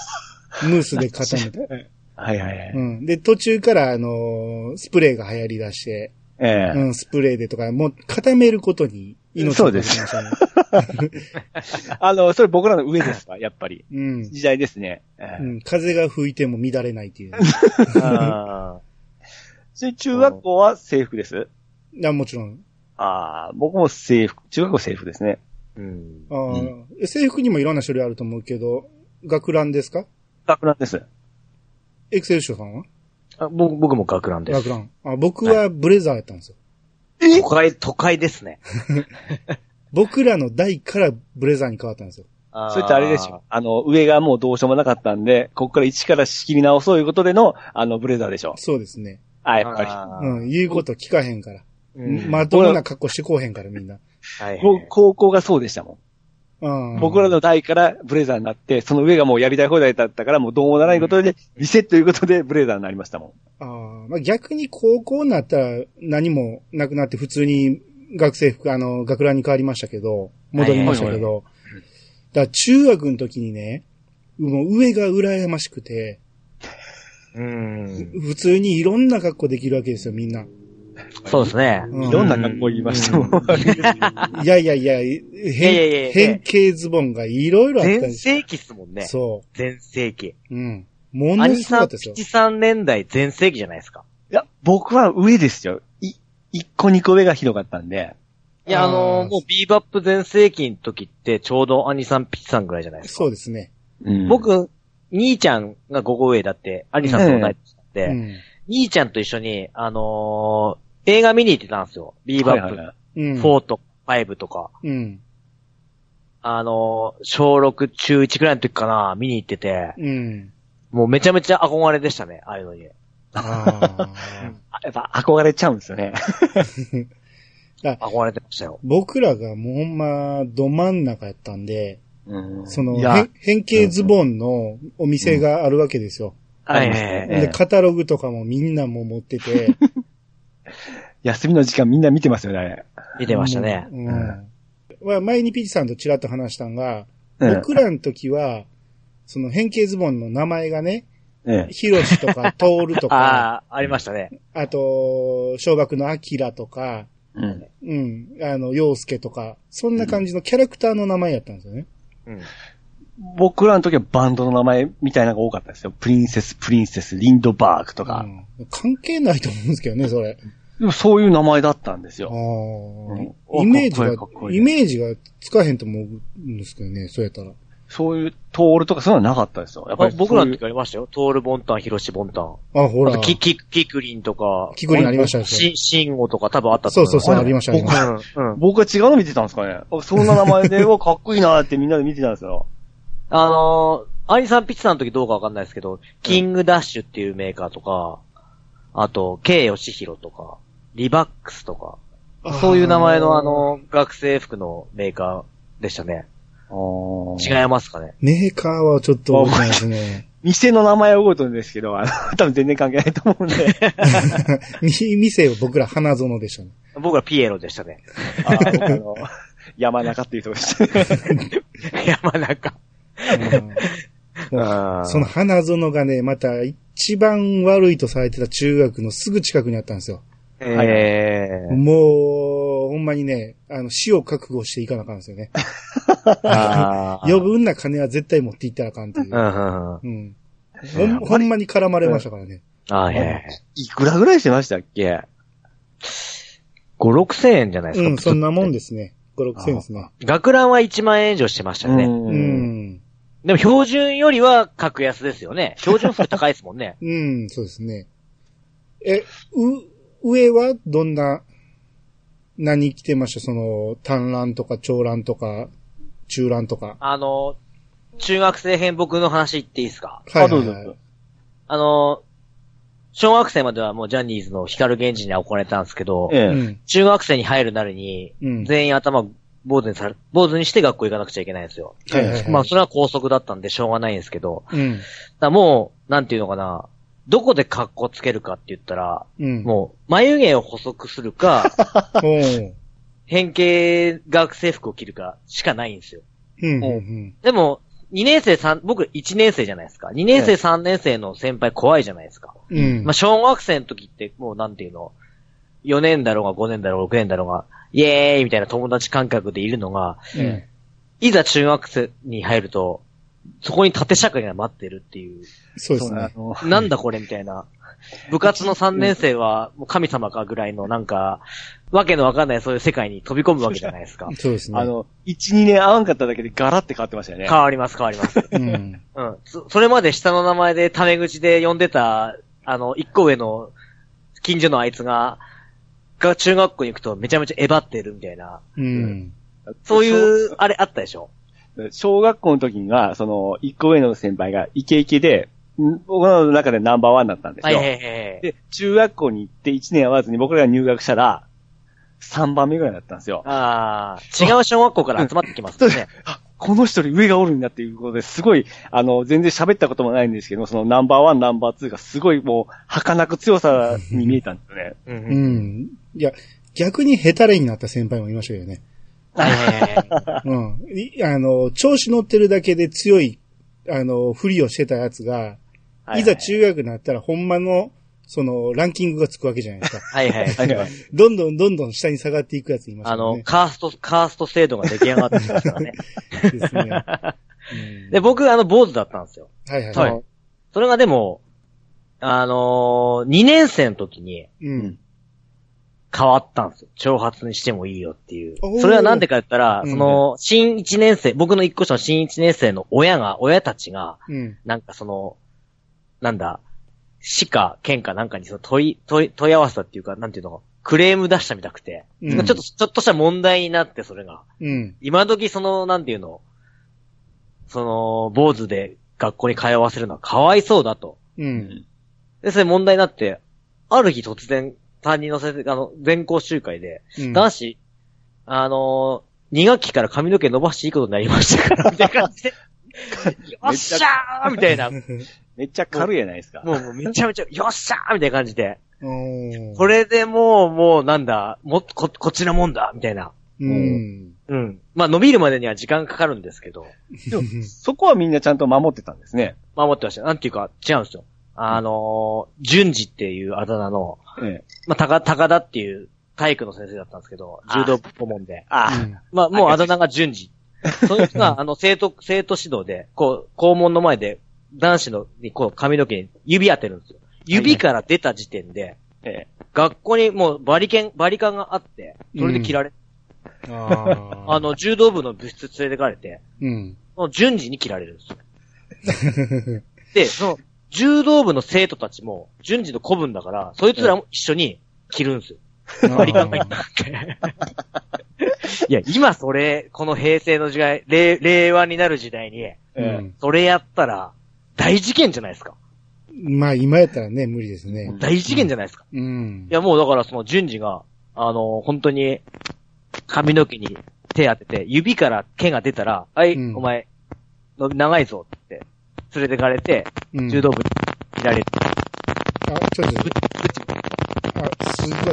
ムースで固めて。 はいはいはい。 うん。で、途中からあのー、スプレーが流行り出して、 ええ、 うん、スプレーでとか、もう固めることに命をかけましたね。 あの、それ僕らの上ですか、やっぱり。 うん。 時代ですね。 ええ、うん。風が吹いても乱れないっていう、ね。 あそれ中学校は制服です？ いや、もちろん。 ああ、僕も制服、中学校制服ですね。 うん。ああ、うん、制服にもいろんな種類あると思うけど、学ランですか？ 学ランです。 エクセルショさんは？ あ、僕、僕も学ランです。 学ラン。あ、僕はブレザーやったんですよ。 え？都会、都会ですね。 僕らの代からブレザーに変わったんですよ。 それってあれでしょ。あの、上がもうどうしようもなかったんで、ここから一から仕切り直そういうことでの、あの、ブレザーでしょ。 そうですね。 あ、やっぱり。うん、言うこと聞かへんから。うん、まともな格好してこうへんから、みんな。 はい。高校がそうでしたもん。うん、僕らの代からブレザーになって、その上がもうやりたい放題だったから、もうどうもならないことで、リセットということでブレザーになりましたもん。ああ、まあ、逆に高校になったら何もなくなって普通に学生服、あの、学ランに変わりましたけど、戻りましたけど、はいはいはい、だから中学の時にね、もう上が羨ましくて、 うん、 普通にいろんな格好できるわけですよ、みんな。 そうですね。 いろんな格好言いましたもん。 いやいやいや、変、変形ズボンがいろいろあったんです。 全盛期っすもんね。 そう。 全盛期。 うん。ものすごかったですよ。 アニさん、ピチさんねんだい全盛期じゃないですか。 いや、僕は上ですよ。い、一個二個上がひどかったんで。 いや、あのー、もうビーバップ全盛期の時ってちょうどアニさん、ピチさんぐらいじゃないですか。 そうですね。 うん、僕、兄ちゃんがごこ上だって、アニさんと同い年だって、うん、兄ちゃんと一緒に、あのー、映画見に行ってたんですよ。ビーバップ、はいはいはい、フォーとファイブとか。うん、あのー、小ろく、中いちくらいの時かな、見に行ってて、うん、もうめちゃめちゃ憧れでしたね、ああいうのに。あやっぱ憧れちゃうんですよね。憧れてましたよ。 僕らがもうほんま、ど真ん中やったんで、うん、その、変形ズボンのお店があるわけですよ。 うん、はいはいはい。 で、カタログとかもみんなも持ってて。 休みの時間みんな見てますよね。 見てましたね。 うん。前にピチさんとちらっと話したんが、うん、僕らの時は、その変形ズボンの名前がね、ヒロシとかトールとか。 ああ、ありましたね。 あと、小学のアキラとか、うん。うん。あの、陽介とか、そんな感じのキャラクターの名前やったんですよね。うん。 僕らの時はバンドの名前みたいなのが多かったですよ。プリンセス、プリンセス、リンドバーグとか。 うん、関係ないと思うんですけどね、それ。 でもそういう名前だったんですよ。あうん、イメージが、イメージがつかへんと思うんですけどね、そうやったら。 そういう、トールとかそういうのはなかったですよ。 やっぱり僕らの時ありましたよ。トールボンタン、ヒロシボンタン。 あ、ほら。 キ、キ、キクリンとか。 キクリンありましたね。 シ、シンゴとか多分あったと思う。そうそうそう、ありましたね。 僕、うん、僕は違うの見てたんですかね。そんな名前で、わ、かっこいいなってみんなで見てたんですよ。 あのー、アニさんピッチさんの時どうかわかんないですけど、キングダッシュっていうメーカーとか、あと、K ヨシヒロとか、リバックスとか、そういう名前のあの、学生服のメーカーでしたね。違いますかね。 メーカーはちょっと覚えてないですね。 店の名前は覚えてるんですけど、あの、多分全然関係ないと思うんで。 店は僕ら花園でしたね。 僕らピエロでしたね。 あ僕あの、山中っていうとこでしたね。 山中。 うん、その花園がね、また一番悪いとされてた中学のすぐ近くにあったんですよ。 えー、 もう、ほんまにね、あの、死を覚悟していかなあかんですよね。余分な金は絶対持っていったらあかんっていう。うん。ほん、ほんまに絡まれましたからね。 ああ、へいくらぐらいしてましたっけ ? ご、ろくせんえんじゃないですか。 うん、そんなもんですね。ご、ろくせんえんですね。 学ランはいちまんえん以上してましたよね。うん。でも標準よりは格安ですよね。標準服高いですもんね。 うん、そうですね。え、う、上はどんな、何着てました？その、短ランとか長ランとか、中ランとか。 あの、中学生編僕の話言っていいですか？ はい、はい、はい。 あの、小学生まではもうジャニーズの光源氏に憧れたんですけど、ええ、中学生に入るなりに、うん、全員頭坊主にされ、坊主にして学校行かなくちゃいけないんですよ。はいはいはい、まあそれは校則だったんでしょうがないんですけど、うん、だもう、なんていうのかな、どこで格好つけるかって言ったら、うん、もう、眉毛を細くするか、変形学生服を着るかしかないんですよ。うんうんうん、でも、にねん生さん、僕いちねん生じゃないですか。にねん生さんねん生の先輩怖いじゃないですか。うん、まあ小学生の時ってもうなんていうの、よねんだろうがごねんだろうがろくねんだろうが、イエーイみたいな友達感覚でいるのが、うん、いざ中学生に入ると、そこに縦社会が待ってるっていう。 そうですね。 なんだこれみたいな。部活のさんねん生はもう神様かぐらいのなんか、わけのわかんないそういう世界に飛び込むわけじゃないですか。 そうですね。 あの、いち、にねん会わんかっただけでガラって変わってましたよね。 変わります、変わります。うん。うん。そ, それまで下の名前でタメ口で呼んでた、あの、一個上の近所のあいつが、が中学校に行くとめちゃめちゃえばってるみたいな。うん。そういう、あれあったでしょ？ 小学校の時には、その、一個上の先輩がイケイケで、僕の中でナンバーワンだったんですよ。はいはいはい。で、中学校に行っていちねん会わずに僕らが入学したら、さんばんめぐらいだったんですよ。 ああ、違う小学校から集まってきますね。 あ、この人より上がおるんだっていうことですごい、あの、全然喋ったこともないんですけど、そのナンバーワン、ナンバーツーがすごいもう、儚く強さに見えたんですよね。 うん、うん。いや、逆にヘタレになった先輩もいましたけどね。うん。あの、調子乗ってるだけで強い、あの、ふりをしてたやつが、いざ中学になったらほんまのその、ランキングがつくわけじゃないですか。 はいはいはい。 どんどんどんどん下に下がっていくやついますよね。 あの、カースト、カースト制度が出来上がってきますからね。ですね。うん、で、僕、あの、坊主だったんですよ。 はいはいはい。 それがでも、あのー、にねん生の時に、うん。変わったんですよ。長髪にしてもいいよっていう。それはなんでか言ったら、うん、その、新いちねん生、僕の一個下の新いちねん生の親が、親たちが、うん、なんかその、なんだ、市か県かなんかにその問い、問い、問い合わせたっていうか、なんていうの、クレーム出したみたくて、うん、ちょっと、ちょっとした問題になって、それが。うん、今時その、なんていうの、その、坊主で学校に通わせるのはかわいそうだと。うん、で、それ問題になって、ある日突然、担任の先生、あの、全校集会で、うん、男子、あのー、に学期から髪の毛伸ばしていいことになりましたから、みたいな感じで、よっしゃーみたいな。 めっちゃ軽いやないですか。 もう、もうめちゃめちゃ、よっしゃーみたいな感じで。これでもう、もうなんだ、もこ、こっちのもんだみたいな。うん。うん。まあ、伸びるまでには時間かかるんですけど。 でもそこはみんなちゃんと守ってたんですね。 守ってました。なんていうか、違うんですよ。あのー、順次っていうあだ名の、ええ、まあ、たか、高田っていう体育の先生だったんですけど、柔道部門で。ああ、うん、まあ、もうあだ名が順次。その人が、あの、生徒、生徒指導で、こう、校門の前で、男子の、に、こう、髪の毛に指当てるんですよ。指から出た時点で、はいはい、学校にもうバリケン、バリカンがあって、それで切られ、うん、あ, あの、柔道部の部室連れてかれて、うん、その順次に切られるんですよ。で、その、柔道部の生徒たちも、順次の子分だから、そいつらも一緒に着るんですよ。バリカンがいったって。いや、今それ、この平成の時代、令、令和になる時代に、うん、それやったら、大事件じゃないですか。 まあ、今やったらね、無理ですね。 大事件じゃないですか。うん。いや、もうだからその順次が、あの、本当に、髪の毛に手当てて、指から毛が出たら、はい、うん、お前、長いぞって。連れてかれて、うん、柔道部にいられる。 あ、ちょっと。あ、すごい。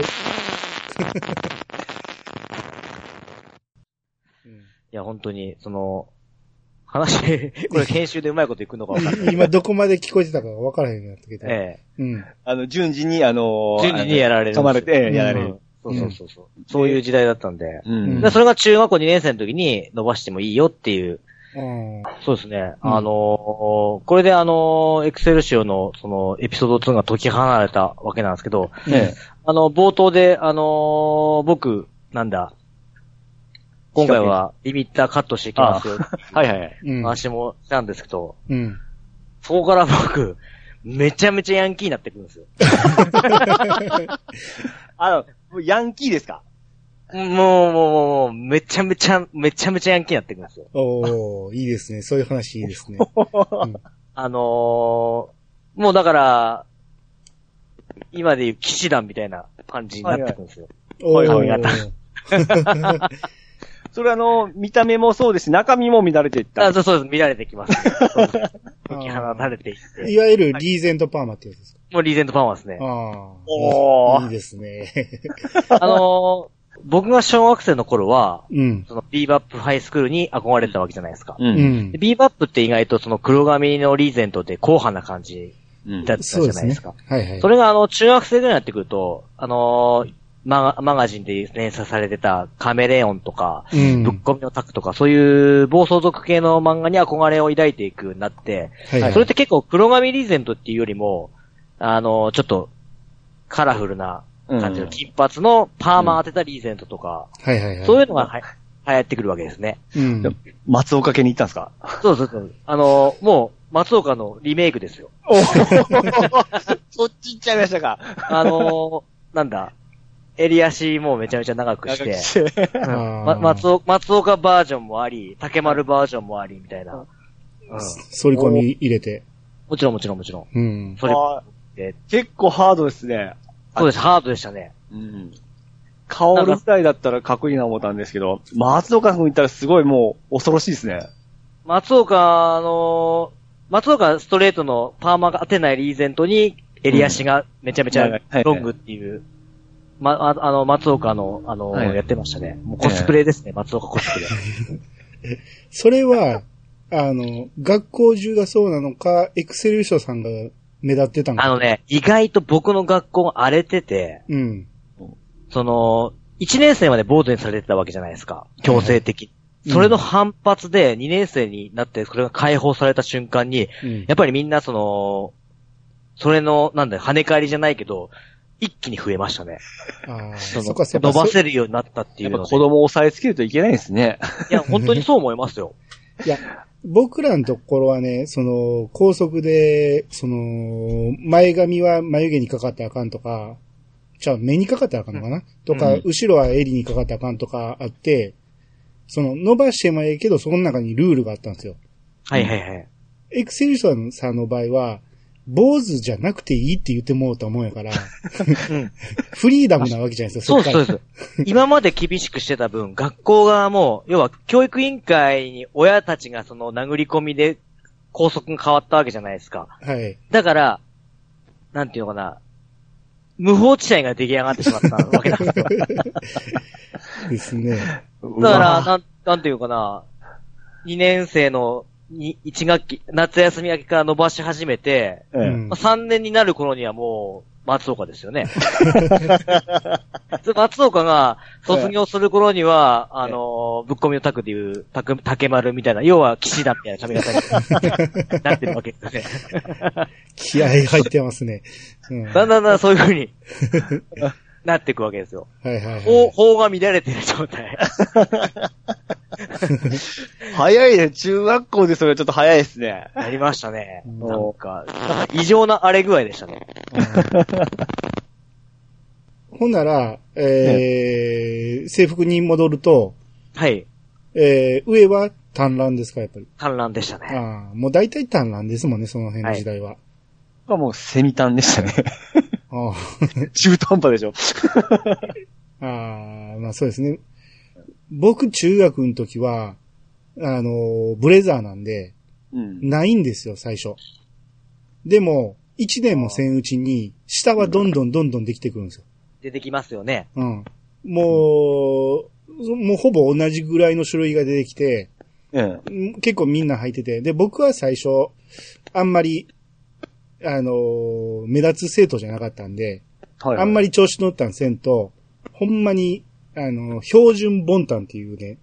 いや、本当に、その、話、これ研修でうまいこといくのか分かんない。 今どこまで聞こえてたか分からへんようになったけど。ええ。うん。あの、順次に、あのー、順次にやられる。 噛まれて、やられる。 そうそうそうそう、うん。そういう時代だったんで。うん。でそれが中学校にねん生の時に伸ばしてもいいよっていう。うん、そうですね。うん、あのー、これであのー、エクセルシオのそのエピソードツーが解き放たれたわけなんですけど、ね、あの、冒頭であのー、僕、なんだ、今回はリミッターカットしていきますよ。はいはいはい。話もしたんですけど、うん、そこから僕、めちゃめちゃヤンキーになってくるんですよ。 あの、ヤンキーですか？ もう、もう、もう、めちゃめちゃ、めちゃめちゃヤンキーになってくるんですよ。 おー、いいですね。そういう話いいですね。うん、 あのー、もうだから、今でいう騎士団みたいな感じになってくるんですよ。はいはい。髪型。 それあの、見た目もそうですし、中身も乱れていった。 あ、そうそうです。乱れてきます。解き放たれていって。 いわゆるリーゼントパーマってやつですか？ もうリーゼントパーマですね。ああ。 おー。いいですね。 あのー、僕が小学生の頃は、うん、そのビーバップハイスクールに憧れてたわけじゃないですか。うん、ビーバップって意外とその黒髪のリーゼントって硬派な感じだったじゃないですか。うん、そうですね。はいはい。それがあの中学生ぐらいになってくると、あのー、マガ、マガジンで連載されてたカメレオンとか、うん、ぶっ込みのタクとか、そういう暴走族系の漫画に憧れを抱いていくようになって、はいはい、それって結構黒髪リーゼントっていうよりも、あのー、ちょっとカラフルな、感じの金髪のパーマ当てたリーゼントとか、うん、はいはいはい、そういうのがは流行ってくるわけですね。 うん、松岡家に行ったんですか？ そうそうそう。あのー、もう松岡のリメイクですよ。おそっち行っちゃいましたか。 あのー、なんだ、襟足もめちゃめちゃ長くして、してうん、ま、松岡、松岡バージョンもあり、竹丸バージョンもありみたいな。うん、 反り込み入れて。 もちろんもちろんもちろん。うん。 それ結構ハードですね。 そうです、ハードでしたね。 うん。カオル自体だったらかっこいいな思ったんですけど、松岡君言ったらすごいもう恐ろしいですね。 松岡、あのー、松岡ストレートのパーマが当てないリーゼントに襟足がめちゃめちゃロングっていう、うんはいはい、ま、あ, あの、松岡の、あのーはい、やってましたね。もうコスプレですね、はい、松岡コスプレ。それは、あの、学校中がそうなのか、エクセルショさんが目立ってたの？ あのね、意外と僕の学校が荒れてて、 うん。 その、いちねん生まで坊主にされてたわけじゃないですか。強制的。はい、それの反発でにねん生になってそれが解放された瞬間に、うん、やっぱりみんなその、それの、なんだよ、跳ね返りじゃないけど、一気に増えましたね。ああ、その、伸ばせるようになったっていうので。 やっぱ子供を抑えつけるといけないですね。 いや、本当にそう思いますよ。 いや、僕らのところはね、その、高速で、その、前髪は眉毛にかかってあかんとか、じゃあ目にかかってあかんのかな、うん、とか、うん、後ろは襟にかかってあかんとかあって、その、伸ばしてもええけど、その中にルールがあったんですよ。 はいはいはい。 エクセルさんさんの場合は、坊主じゃなくていいって言ってもうたもんやから、うん、フリーダムなわけじゃないですか。そうそうです。今まで厳しくしてた分、学校側も、要は教育委員会に親たちがその殴り込みで校則が変わったわけじゃないですか。 はい。 だから、なんていうのかな、無法地帯が出来上がってしまったわけなんですよ。 ですね。 だから、なん、なんていうかな、にねん生のにいち学期、夏休み明けから伸ばし始めて、うんまあ、さんねんになる頃にはもう、松岡ですよね。松岡が卒業する頃には、あの、ぶっ込みのタクでいう、タク、竹丸みたいな、要は騎士団みたいな髪型になってるわけですね。 気合入ってますね。 うん、だんだんだんそういう風になっていくわけですよ。 はいはいはい。 法、法が乱れてる状態。 早いね。中学校でそれはちょっと早いですね。 やりましたね。なんか、異常な荒れ具合でしたね。 ほんなら、えー、ね、制服に戻ると、 はい。 えー、上は短乱ですか、やっぱり。 短乱でしたね。 ああ、もう大体短乱ですもんね、その辺の時代は。はい、 もうセミ短でしたね。 ああ中途半端でしょ。 ああ、まあそうですね。僕、中学の時は、あの、ブレザーなんで、うん、ないんですよ、最初。でも、一年もせんうちに、下はどんどんどんどんできてくるんですよ。 出てきますよね。 うん。もう、もうほぼ同じぐらいの種類が出てきて、うん、結構みんな履いてて、で、僕は最初、あんまり、あの、目立つ生徒じゃなかったんで、はいはい、あんまり調子乗ったんせんと、ほんまに、あの、標準ボンタンっていうね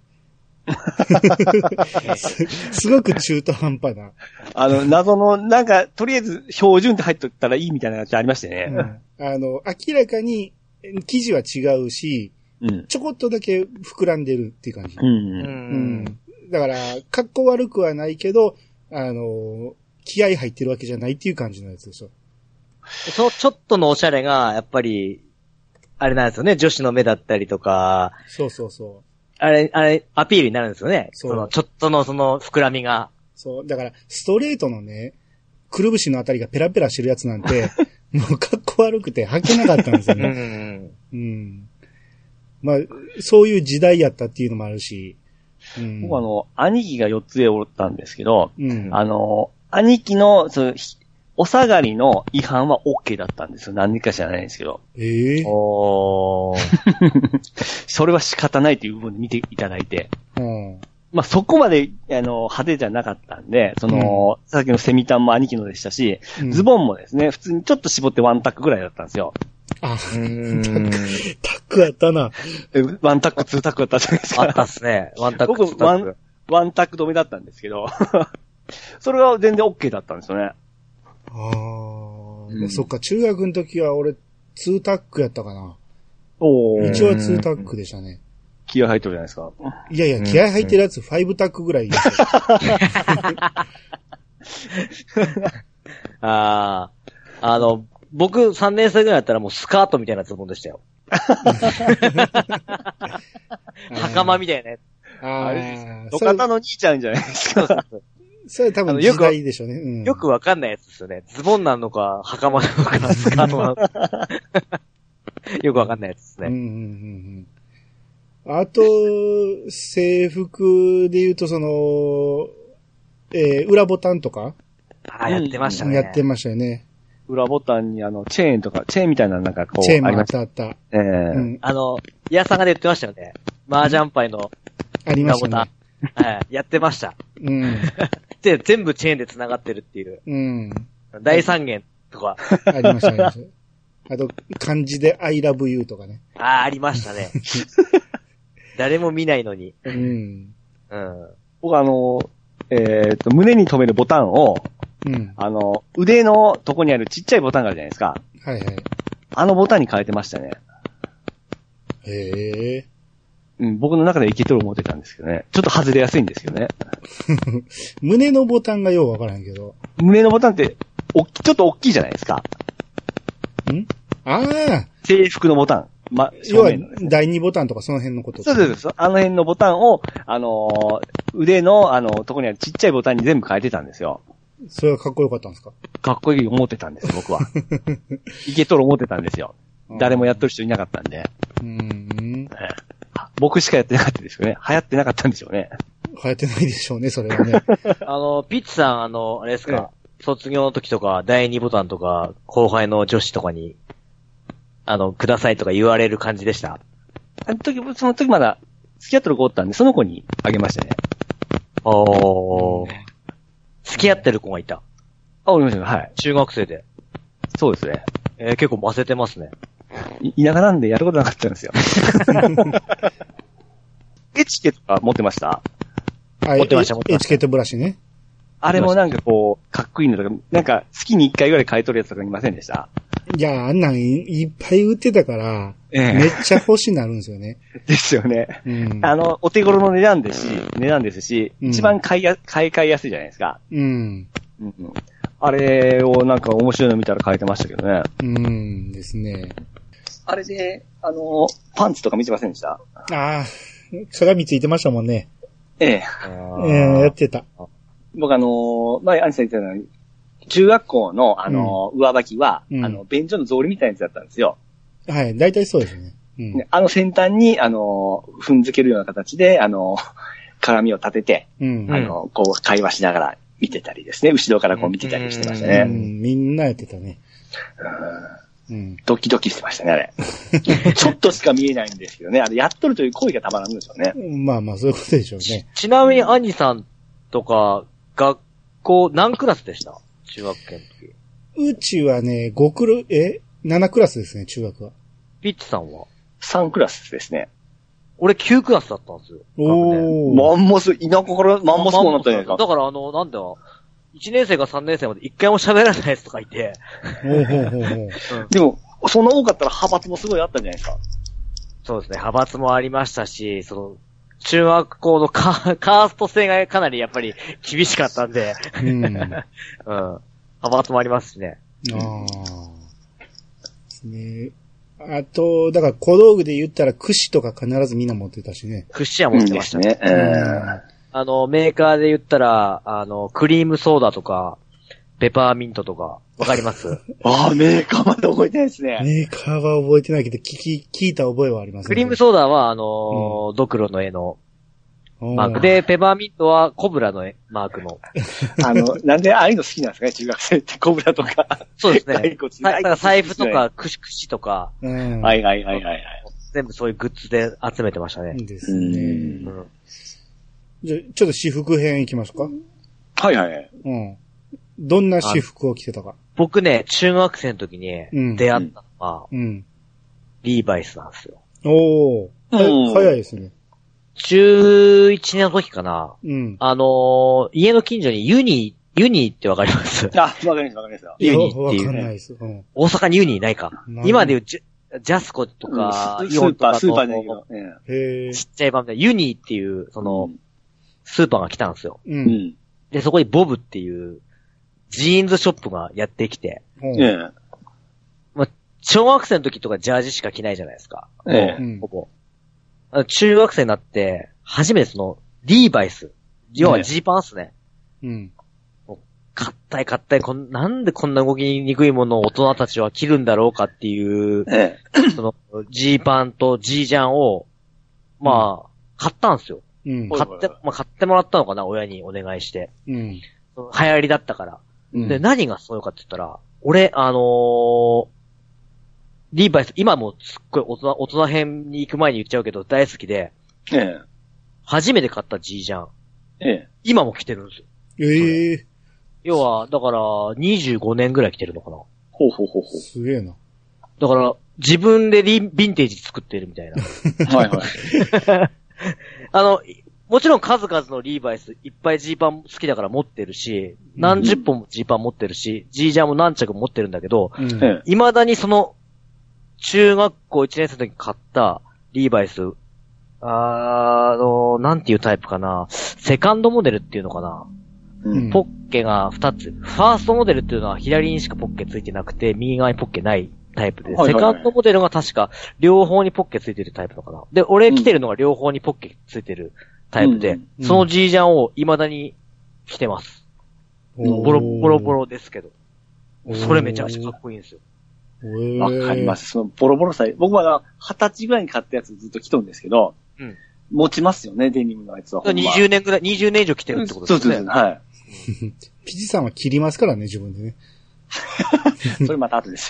す、すごく中途半端な。 あの、謎の、なんか、とりあえず標準って入っとったらいいみたいなやつありましたね。 うん、あの、明らかに生地は違うし、うん、ちょこっとだけ膨らんでるっていう感じ。うんうん、だから、格好悪くはないけど、あの、気合入ってるわけじゃないっていう感じのやつでしょ。 そのちょっとのおしゃれが、やっぱり、あれなんですよね、女子の目だったりとか。 そうそうそう。 あれ、あれ、アピールになるんですよね。そう。その、ちょっとのその膨らみが。 そう。だから、ストレートのね、くるぶしのあたりがペラペラしてるやつなんて、もうかっこ悪くて履けなかったんですよね。うん。うん。まあ、そういう時代やったっていうのもあるし。 うん、僕あの、兄貴がよっつ上おったんですけど、うん、あの、兄貴の、そう、お下がりの違反は OK だったんですよ。何か知らないんですけど。 ええー。 おそれは仕方ないという部分で見ていただいて。うん、まあ、そこまで、あの、派手じゃなかったんで、その、うん、さっきのセミタンも兄貴のでしたし、うん、ズボンもですね、普通にちょっと絞ってワンタックぐらいだったんですよ。 あ、うーんタックやったな。 ワンタック、ツータックだったじゃないですか。 あったっすね。ワンタック、 僕、ワン、ワンタック止めだったんですけど、それは全然 OK だったんですよね。 ああ、うん、そっか、中学の時は俺、ツータックやったかな。おー。一応はツータックでしたね。 気合入ってるじゃないですか。 いやいや、気合入ってるやつファイブタックぐらいですよ。 ああ、あの、僕さんねん生ぐらいだったらもうスカートみたいなズボンでしたよ。袴みたいなやつ。 ああ、土方の兄ちゃんじゃないですか。 それ多分時代でしょうね。うん、 よくわかんないやつですよね。ズボンなのか、袴なのか、スカートなのか。よくわかんないやつですね。うんうんうん、あと、制服で言うとその、えー、裏ボタンとかああ、やってましたね。 やってましたよね。 裏ボタンにあの、チェーンとか、チェーンみたいななんかこう、 チェーンもあったあった。ええーうん、あの、イヤさんがで言ってましたよね。麻雀パイの裏ボタン。はい、やってました。うん。で、全部チェーンで繋がってるっていう。うん。大三元とか。 ありました、ありました。あと、漢字で I love you とかね。 ああ、ありましたね。誰も見ないのに。 うん。 うん。 僕あの、えっと、胸に留めるボタンを、うん、あの、腕のとこにあるちっちゃいボタンがあるじゃないですか。 はいはい。 あのボタンに変えてましたね。 へえ。 うん、僕の中でいけとる思ってたんですけどね。ちょっと外れやすいんですよね。 胸のボタンがようわからんけど。 胸のボタンって、おちょっと大きいじゃないですか。 んああ。 制服のボタン。ま、 要は、第二ボタンとかその辺のこと。 そうです。あの辺のボタンを、あのー、腕の、あの、とこにあるちっちゃいボタンに全部変えてたんですよ。 それはかっこよかったんですか？ かっこいい思ってたんです、僕は。いけとる思ってたんですよ。誰もやっとる人いなかったんで。うん。僕しかやってなかったですよね。流行ってなかったんでしょうね。 流行ってないでしょうね、それはね。 あの、ピッチさん、あの、あれですか、ええ、卒業の時とか、第二ボタンとか、後輩の女子とかに、あの、くださいとか言われる感じでした？ あの時、その時まだ、付き合ってる子おったんで、その子にあげましたね。 おー。付き合ってる子がいた。 あ、おりましたね。はい。 中学生で。 そうですね。 えー、結構混ぜてますね。 い、田舎なんでやることなかったんですよ。エチケとか持ってました？ 持ってました、持ってました。エチケットブラシね。 あれもなんかこう、かっこいいのとか、なんか月に一回ぐらい買い取るやつとかいませんでした？ いや、あんなんいっぱい売ってたから、ええ、めっちゃ欲しになるんですよね。 ですよね。うん、あの、お手頃の値段ですし、値段ですし、うん、一番買いや、買い替えやすいじゃないですか。うん。うん、あれをなんか面白いの見たら買えてましたけどね。 うんですね。 あれで、あの、パンツとか見てませんでした？ ああ、鏡ついてましたもんね。 ええ。 ええ、やってた。 僕あの、前、アニさん言ってたのに、中学校の、あの、うん、上履きは、うん、あの、便所の草履みたいなやつだったんですよ。 はい、大体そうですね。 うん、あの先端に、あの、踏んづけるような形で、あの、鏡を立てて、うん、あの、こう、会話しながら見てたりですね。後ろからこう見てたりしてましたね。 うん、みんなやってたね。 うん、ドキドキしてましたね、あれ。ちょっとしか見えないんですけどね。あれ、やっとるという行為がたまらんんですよね。 まあまあ、そういうことでしょうね。 ち、ちなみに、兄さんとか、学校、何クラスでした？中学校の時。 うちはね、ごクラス、え ?なな クラスですね、中学は。 ピッチさんはさんクラスですね。 俺きゅうクラスだったんですよ。 おー。マンモス、田舎からマンモスもなったじゃないですか。 だからあの、なんだよ。いちねん生がさんねん生まで一回も喋らないやつとかいて。 ほうほうほうほう。 でも、そんな多かったら派閥もすごいあったんじゃないですか。 そうですね、派閥もありましたし、その、中学校のカ, カースト制がかなりやっぱり厳しかったんで。うん。うん。派閥もありますしね。ああ。 ですね。あと、だから小道具で言ったら櫛とか必ずみんな持ってたしね。 櫛は持ってましたね。うん、えーあの、メーカーで言ったら、あの、クリームソーダとか、ペパーミントとか、わかります？ ああ、メーカーまで覚えてないですね。 メーカーは覚えてないけど、聞き、聞いた覚えはありますね。 クリームソーダは、あのーうん、ドクロの絵のマークで、ペパーミントはコブラの絵、マークの。 あの、なんでああいうの好きなんですかね、中学生ってコブラとか。 そうですね。だから財布とか、クシクシとか。 うん、はいはいはいはい。 全部そういうグッズで集めてましたね。 ですね。うんじゃ、ちょっと私服編いきますか？ はいはい。 うん。どんな私服を着てたか。 僕ね、中学生の時に出会ったのは、うん、リーバイスなんですよ。 おー。早いですね。 中いちねんの時かな。 うん。 あのー、家の近所にユニ、ユニってわかります？ あ、わかりますわかりますよ。 ユニっていう、ね。 わかんないです。うん、 大阪にユニないか。今で言うジャ、ジャスコとか、 うん、スーパー、スーパーでへちっちゃい版でユニっていう、その、うんスーパーが来たんですよ。 うん。 で、そこにボブっていうジーンズショップがやってきて。 うん。 まあ、小学生の時とかジャージしか着ないじゃないですか。 ええ。ほぼ。中学生になって、初めてその、リーバイス。要はジーパンっすね。 うん。 かったいかったい、こん、なんでこんな動きにくいものを大人たちは着るんだろうかっていう、 ええ、その、ジーパンとジージャンを、まあ、うん、買ったんですよ。 うん、 買って、まあ、買ってもらったのかな、親にお願いして。 うん。 流行りだったから。うん、で、何がそうかって言ったら、俺、あのー、リーバイス、今もすっごい大人、大人編に行く前に言っちゃうけど大好きで、 ええ。 初めて買った G じゃん。 ええ。 今も着てるんですよ。 ええ。 要は、だから、にじゅうごねんぐらい着てるのかな。 ほうほうほうほう。 すげえな。 だから、自分でリヴィンテージ作ってるみたいな。 はいはい。 あの、もちろん数々のリーバイスいっぱいジーパン好きだから持ってるし、何十本もジーパン持ってるし、ジージャーも何着も持ってるんだけど、 うん、 未だにその、中学校いちねん生の時に買ったリーバイス、あーあの、なんていうタイプかな、セカンドモデルっていうのかな、 うん、 ポッケがふたつ。ファーストモデルっていうのは左にしかポッケついてなくて、右側にポッケないタイプで、はいはいはい、セカンドモデルが確か両方にポッケついてるタイプのかな。で、俺着てるのが両方にポッケついてるタイプで、うん、その G ジャンを未だに着てます。ボロボロボロですけど。それめちゃくちゃかっこいいんですよ。 わかります。そのボロボロさ、僕は二十歳ぐらいに買ったやつずっと着とるんですけど、うん、持ちますよね、デニムのやつは。 にじゅうねんぐらい、にじゅうねん以上着てるってことですね。 そうです、はい。 ピチさんは切りますからね、自分でね。 それまた後です。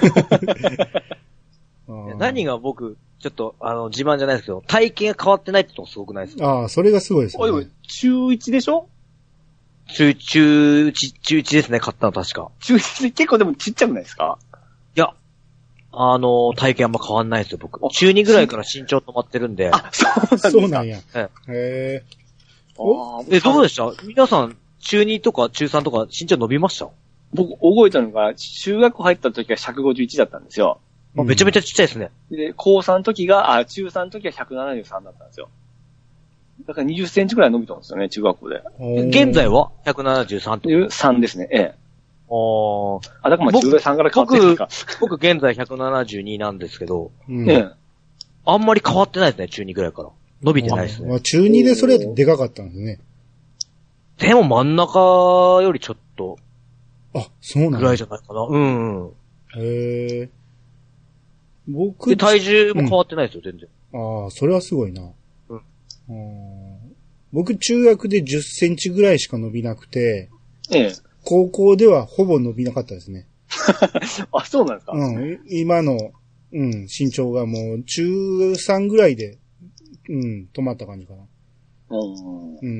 何が僕、ちょっと、あの、自慢じゃないですけど、体型が変わってないってのがすごくないですか？ ああ、それがすごいですね。 おいおい、中いちでしょ？ 中、中いち、中いちですね、買ったの確か。 中いちで結構でもちっちゃくないですか？ いや、あの、体型あんま変わんないですよ、僕。中にぐらいから身長止まってるんで。 あ、そうなんですか。 そうなんや。 へえ。 え、どうでした？皆さん、中にとか中さんとか身長伸びました？ 僕、覚えたのが、中学校入った時はひゃくごじゅういちだったんですよ。 うん、めちゃめちゃちっちゃいですね。 で、高さんの時が、あ、中さんの時はひゃくななじゅうさんだったんですよ。だからにじゅっセンチくらい伸びたんですよね、中学校で。 現在はひゃくななじゅうさんと。 さんですね、ええ。 ああ、だからまあ中大さんから変わってるか。 僕、僕現在ひゃくななじゅうになんですけど、 うん、 ええ。 あんまり変わってないですね、中にぐらいから。伸びてないですね。 まあ、中にでそれでかかったんですね。 でも真ん中よりちょっと、 あ、そうなんだ。 ぐらいじゃないかな。うん、うん。 へえ。僕、 で、体重も変わってないですよ、うん、全然。 ああ、それはすごいな。 うん。 僕、中学でじゅっセンチぐらいしか伸びなくて、 ええ。 高校ではほぼ伸びなかったですね。 あ、そうなんですか？ うん。今の、うん、身長がもう中さんぐらいで、うん、止まった感じかな。 うん。 うん。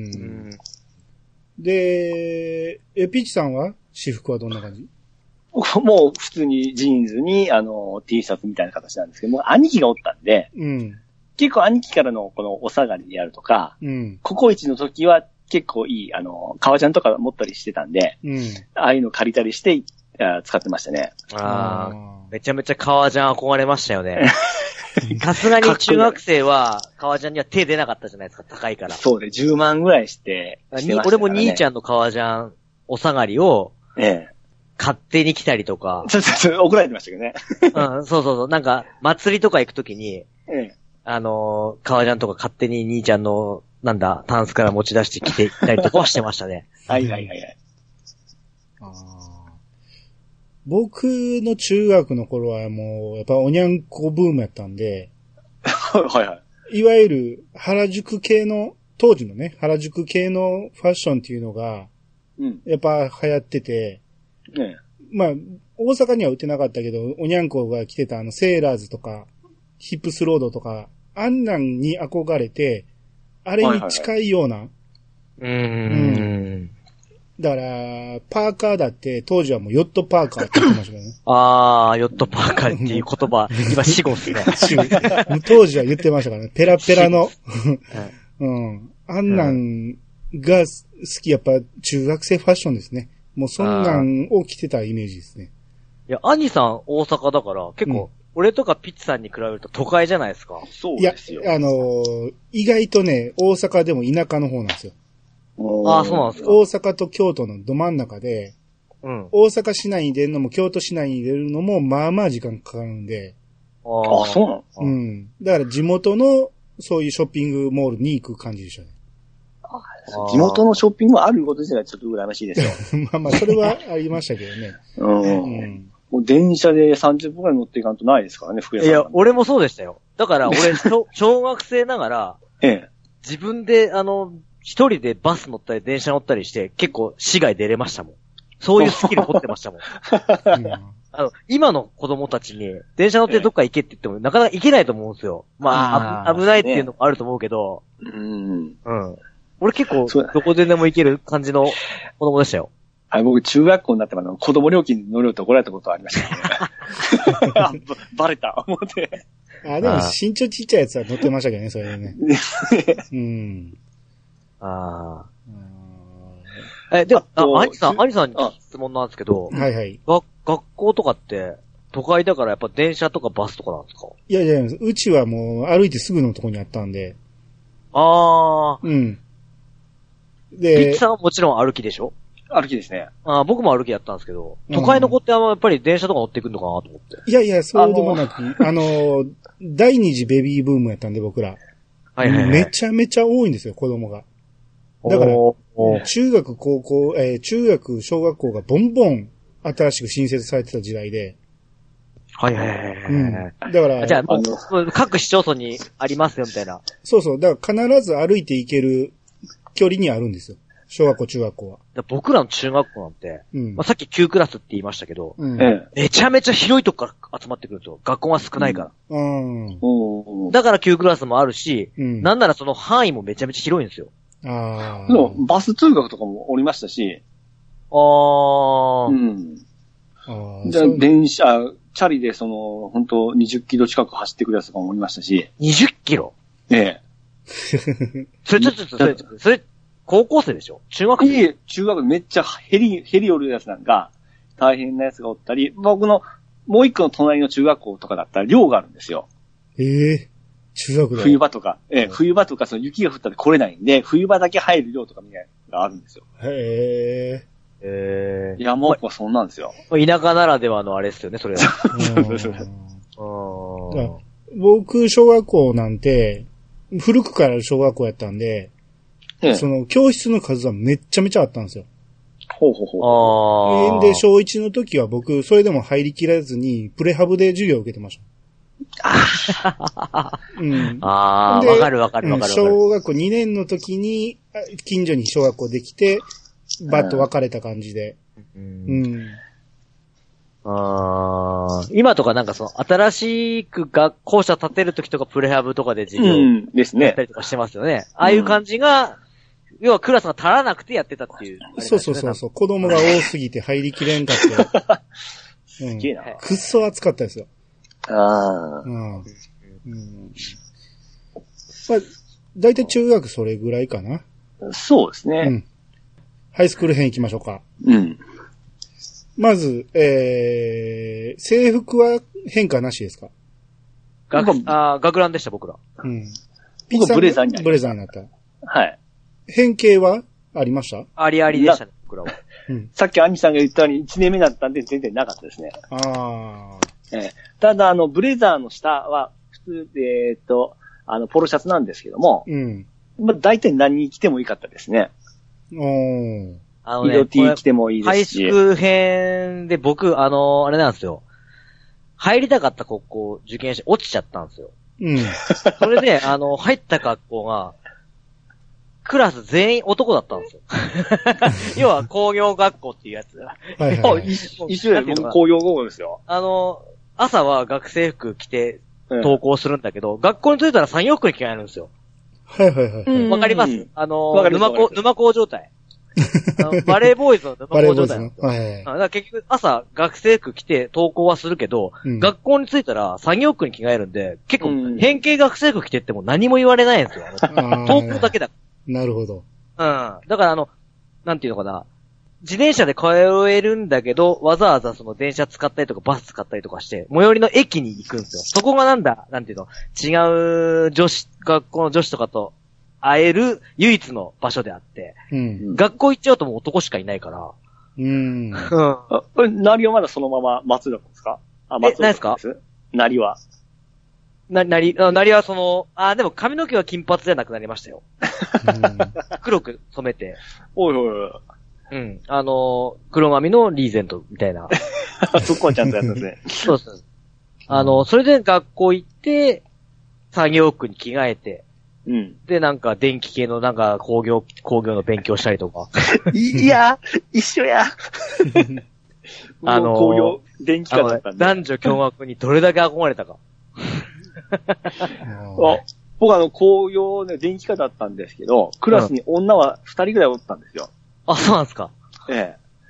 で、え、ピッチさんは私服はどんな感じ？ もう普通にジーンズに、あの、T シャツみたいな形なんですけども、兄貴がおったんで、 うん、 結構兄貴からのこのお下がりであるとか、 うん、 ココイチの時は結構いい、あの、革ジャンとか持ったりしてたんで、 うん、 ああいうの借りたりして使ってましたね。 ああ、めちゃめちゃ革ジャン憧れましたよね。さすがに中学生は革ジャンには手出なかったじゃないですか、高いから。 そうで、じゅうまんぐらいしてしてましたからね。 俺も兄ちゃんの革ジャン、お下がりを、 ええ。 勝手に来たりとか。 ちょ、ちょ、ちょ、怒られてましたけどね。 うん、そうそうそう。なんか、祭りとか行くときに、 ええ。 あのー、革ジャンとか勝手に兄ちゃんの、なんだ、タンスから持ち出してきていったりとかはしてましたね。 はいはいはいはい。 あ僕の中学の頃はもう、やっぱおにゃんこブームやったんで、 はいはい。 いわゆる原宿系の、当時のね、原宿系のファッションっていうのが、 うん、 やっぱ流行ってて、 ね、 まあ、大阪には売ってなかったけど、おにゃんこが着てたあの、セーラーズとか、ヒップスロードとか、あんなんに憧れて、あれに近いような。はいはいはい、うーん。うんだから、パーカーだって、当時はもうヨットパーカーって言ってましたからね。 あー、ヨットパーカーっていう言葉、今死語っすね。 当時は言ってましたからね。ペラペラの。うん。あんなんが好き、やっぱ中学生ファッションですね。もうそんなんを着てたイメージですね。 いや、兄さん大阪だから、結構、うん、俺とかピッチさんに比べると都会じゃないですか。 そうですよ。 いや、あのー、意外とね、大阪でも田舎の方なんですよ。 ああ、そうなんですか。 大阪と京都のど真ん中で、うん、大阪市内に出るのも京都市内に出るのもまあまあ時間かかるんで。 ああ、そうなの？ うん。だから地元のそういうショッピングモールに行く感じでしたね。 地元のショッピングはあること自体はちょっと羨ましいですよ。 まあまあ、それはありましたけどね。 うん。うん、もう電車でさんじゅっぷんくらい乗っていかんとないですからね、福屋さん。 いや、俺もそうでしたよ。だから俺、小学生ながら、 ええ、 自分で、あの、一人でバス乗ったり電車乗ったりして、結構市外出れましたもん。そういうスキル持ってましたもん。うん、あの、今の子供たちに、電車乗ってどっか行けって言っても、なかなか行けないと思うんですよ。まあ、あ危ないっていうのもあると思うけど、 うん。 うん。俺結構、どこででも行ける感じの子供でしたよ。 あ僕、中学校になっても子供料金乗ると怒られたことありましたね。バレた、思って。 あ、でも身長ちっちゃいやつは乗ってましたけどね、それでね。うん。 ああ。え、でも、あ、アニさん、アニさんに質問なんですけど、 はいはい。 が、学校とかって、都会だからやっぱ電車とかバスとかなんですか？ いやいや、うちはもう歩いてすぐのとこにあったんで。 ああ。 うん。 で、ピッチさんはもちろん歩きでしょ？ 歩きですね。 ああ、僕も歩きやったんですけど、都会の子ってやっぱり電車とか乗ってくるのかなと思って。 いやいや、そうでもなく、あの、第二次ベビーブームやったんで僕ら。はいはいはい。めちゃめちゃ多いんですよ、子供が。だから、中学、高校、えー、中学、小学校がボンボン新しく新設されてた時代で。 はいはいはいはい。うん。だから、 じゃあ、もう、各市町村にありますよ、みたいな。 そうそう。だから必ず歩いて行ける距離にあるんですよ。小学校、中学校は。 僕らの中学校なんて、うんまあ、さっききゅうクラスって言いましたけど、うん、めちゃめちゃ広いとこから集まってくると、学校が少ないから。うんうん、だからきゅうクラスもあるし、うん、なんならその範囲もめちゃめちゃ広いんですよ。 ああ。バス通学とかもおりましたし。ああ。うん。あじゃあ、電車、チャリでその、本当にじゅっキロ近く走ってくるやつとかもおりましたし。 にじゅっキロ？ ええ。 それちょっと、それ、それ、高校生でしょ？中学生？ いえ、中学めっちゃヘリ、ヘリおるやつなんか、大変なやつがおったり、僕の、もう一個の隣の中学校とかだったら寮があるんですよ。 ええー。中学で冬場とか、ええ、冬場とかその雪が降ったら来れないんで、冬場だけ入る量とかみたいなのがあるんですよ。 へえ。へえ。山奥はそんなんですよ。 田舎ならではのあれですよね、それは。 僕、小学校なんて、古くから小学校やったんで、ええ、その、教室の数はめっちゃめちゃあったんですよ。 ほうほうほう。あで、小いちの時は僕、それでも入りきらずに、プレハブで授業を受けてました。 あうん、あー、わかるわかるわかる。 小学校にねんの時に、近所に小学校できて、バッと別れた感じで。うん。うん、 あ今とかなんかその、新しく学校舎建てる時とかプレハブとかで授業ですね。 やったりとかしてますよね。うん、ああいう感じが、要はクラスが足らなくてやってたっていう、 ね。そうそうそうそう。子供が多すぎて入りきれんかって。すげえな。くっそ暑かったですよ。ああ。うん。うん。まあ、だいたい中学それぐらいかな。 そうですね。うん。 ハイスクール編行きましょうか。 うん。 まず、えー、制服は変化なしですか？ 学、あ学ランでした、僕ら。 うん。ピッツァブレザーになった。 ブレザーになった。 はい。 変形はありました？ ありありでしたね、僕らは。 うん。さっきアニさんが言ったようにいちねんめだったんで全然なかったですね。ああ。えー、ただ、あの、ブレザーの下は、普通、えー、っと、あの、ポロシャツなんですけども、うん。まあ、大体何に着てもいいかったですね。おー。あのね、色 T 着てもいいですし。 ハイスクール編で僕、あの、あれなんですよ。入りたかった高校受験して落ちちゃったんですよ。うん。それで、あの、入った学校が、クラス全員男だったんですよ。要は工業学校っていうやつ。はいはいはい、 一緒で僕工業学校ですよ。 あの、朝は学生服着て登校するんだけど、うん、学校に着いたら三洋服に着替えるんですよ。 はいはいはい。 わかりますあの、沼工、沼工状態。バレーボーイズの沼工状態なんですよ。はいはいはい、だから結局朝学生服着て登校はするけど、うん、学校に着いたら作業服に着替えるんで、結構変形学生服着てっても何も言われないんですよ。登校だけだ。 なるほど。 うん。だからあの、なんていうのかな。自転車で通えるんだけど、わざわざその電車使ったりとかバス使ったりとかして、最寄りの駅に行くんですよ。そこがなんだ、なんていうの、違う女子、学校の女子とかと会える唯一の場所であって、うん、学校行っちゃうともう男しかいないから。うん。うん。 あ、これ、なりはまだそのまま松浦ですか？あ、松浦ですか？ なりは。 な、なり、なりはその、あ、でも髪の毛は金髪じゃなくなりましたよ。うん、黒く染めて。 おいおいおい。 うん。あの、黒髪のリーゼントみたいな。 そこはちゃんとやったんですね。 そうです。あの、それで学校行って、作業服に着替えて、うん。で、なんか電気系のなんか工業、工業の勉強したりとか。 いや、一緒や。あの、工業、電気科だったんで。 男女共学にどれだけ憧れたか。 あ僕あの、工業ね、電気科だったんですけど、クラスに女は二人ぐらいおったんですよ。 あ、そうなんですか。 ええ。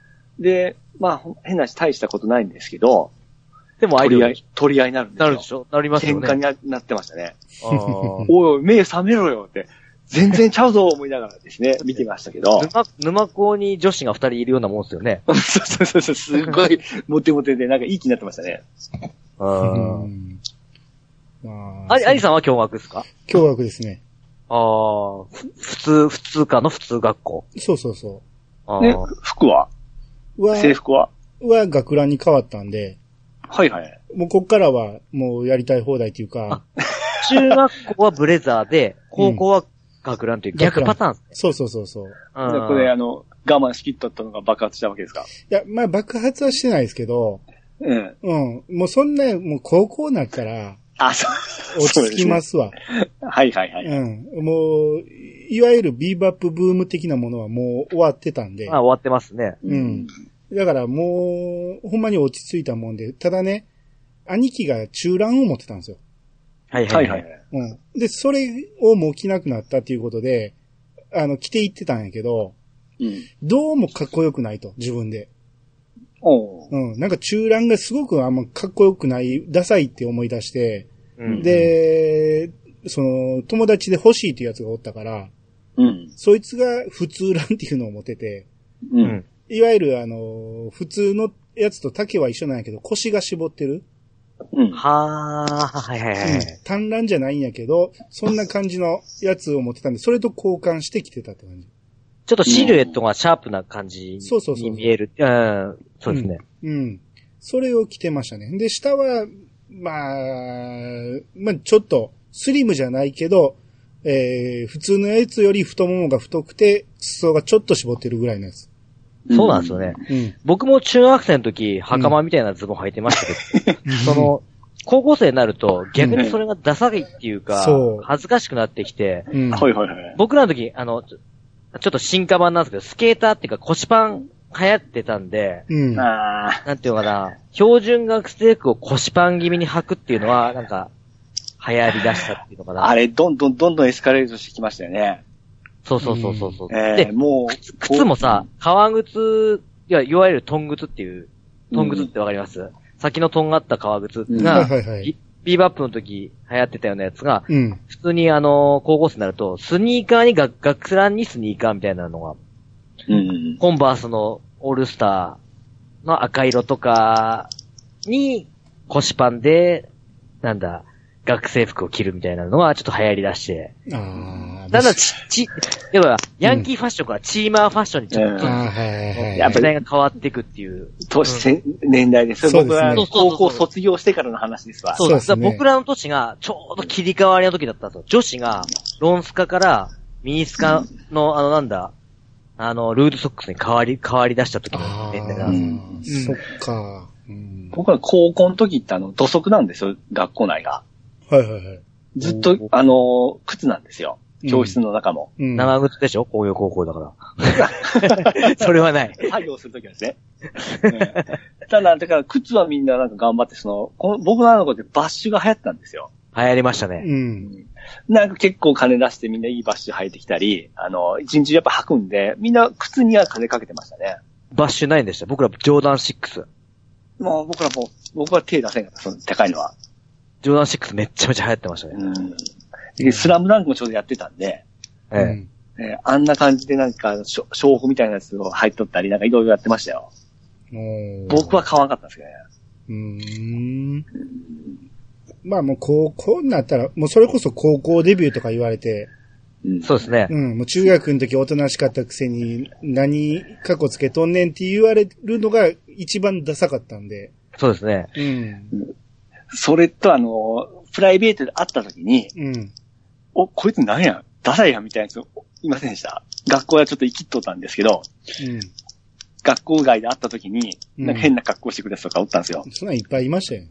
で、まあ、変なし大したことないんですけど、 でもアイドル。 取り合い、取り合いになるんですよ。 なるでしょなりますよね。 喧嘩になってましたね。 あおいおい、目覚めろよって。全然ちゃうぞ思いながらですね、見てましたけど。 沼、沼校に女子が二人いるようなもんですよね。 そうそうそう、すごいモテモテで、なんかいい気になってましたね。 あうーんまあり、ありさんは共学ですか？ 共学ですね。 ああ、ふ普通、普通科の普通学校。 そうそうそあでー、 服はう。は、 制服はは学ランに変わったんで、 はいはい。 もうこっからはもうやりたい放題っていうか、 中学校はブレザーで、高校は学ランという逆パターンですね。 そうそうそうそう。 でうんこれ、あの、我慢しきっとったのが爆発したわけですか？ いや、まあ爆発はしてないですけど、 うん。 うん。もうそんな、もう高校になったら、 あ、そう。 落ち着きますわ。 はいはいはい。 うん。もう、いわゆるビーバップブーム的なものはもう終わってたんで。 まあ終わってますね。 うん。だからもう、ほんまに落ち着いたもんで、ただね、兄貴が中乱を持ってたんですよ。 はいはは。 はいいはいい。 うん。で、それをもう着なくなったっていうことで、あの、着ていってたんやけど、 うん。 どうもかっこよくないと、自分で。 おう。 うん。なんか中乱がすごくあんまかっこよくない、ダサいって思い出して、 うん、 で、その、友達で欲しいっていうやつがおったから、 うん。 そいつが普通乱っていうのを持ってて、 う。 うんん。 いわゆるあの、普通のやつと丈は一緒なんやけど、腰が絞ってる。 うん。 はあ、はいはいはい。 うん。単乱じゃないんやけど、そんな感じのやつを持ってたんで、それと交換してきてたって感じ。 ちょっとシルエットがシャープな感じそうそうそうに見える。うん。そうですね。 うん。それを着てましたね。で、下は、まあ、まあ、ちょっと、スリムじゃないけど、えー、普通のやつより太ももが太くて、裾がちょっと絞ってるぐらいのやつ。 そうなんですよね。 うん。 僕も中学生の時、袴みたいなズボン履いてましたけど、その、高校生になると逆にそれがダサいっていうか、 そう恥ずかしくなってきて、 うん。 はいはいはい。 僕らの時、あの、ちょちょっと進化版なんですけど、スケーターっていうか腰パン流行ってたんで、 うん。 ああ。 なんていうのかな、標準学生服を腰パン気味に履くっていうのは、なんか、流行り出したっていうのかな。 あれ、どんどんどんどんエスカレートしてきましたよね。 そうそうそうそうそう。 えでー、、もう、 靴靴もさ、革靴、いや、いわゆるトン靴っていう、トン靴ってわかります、先のとんがった革靴はいが、 はいはい。 ビビーバップの時流行ってたようなやつが、 うん。 普通にあの、高校生になると、スニーカーに学、学ランにスニーカーみたいなのが、 うん。 コンバースのオールスターの赤色とかに腰パンで、なんだ、学生服を着るみたいなのがちょっと流行り出して、 ああ。 だんだんち、ち、要は、ヤンキーファッションからチーマーファッションにちょっと、 ああ、はいはいはい。 やっぱり時代が変わっていくっていう。 年、せ年代です。 そうですね僕は高校卒業してからの話ですわ。 そうそうですねだから僕らの年がちょうど切り替わりの時だったんですよ。女子がロンスカからミニスカの、あのなんだ、あの、ルードソックスに変わり、変わり出した時の年代あなんですあ、そっか。うん。 僕は高校の時ってあの、土足なんですよ、学校内が。 はいはいはい。 ずっと、あの、靴なんですよ。教室の中も。 うん。 長靴でしょ工業高校だから。それはない。 作業するときはですね。うんただ、だから靴はみんななんか頑張って、その、この僕のあの子ってバッシュが流行ったんですよ。 流行りましたね。 うん。 なんか結構金出してみんないいバッシュ履いてきたり、あの、一日やっぱ履くんで、みんな靴には金かけてましたね。 バッシュないんでした。僕らジョーダンシックス。 もう僕らもう、僕は手出せんかった、その高いのは。 ジョーダンシックスめっちゃめちゃ流行ってましたね。 うん。でスラムダンクもちょうどやってたんで、 ええ。 うんえーあんな感じでなんか、しょ娼婦みたいなやつを入っとったり、なんかいろいろやってましたよ。 おー僕は買わなかったんですけどね。 うーん。まあもう高校になったら、もうそれこそ高校デビューとか言われて、 うん。 そうですね。 うん、もう中学の時おとなしかったくせに何過去つけとんねんって言われるのが一番ダサかったんで。 そうですね。 うん。 それとあの、プライベートで会った時に、 うん。 お、こいつ何やダサいやんみたいなやついませんでした？学校はちょっと生きっとったんですけど、 うん。 学校外で会った時に、 うんなんか変な格好してくるやつとかおったんですよ。 そんなんいっぱいいましたよ。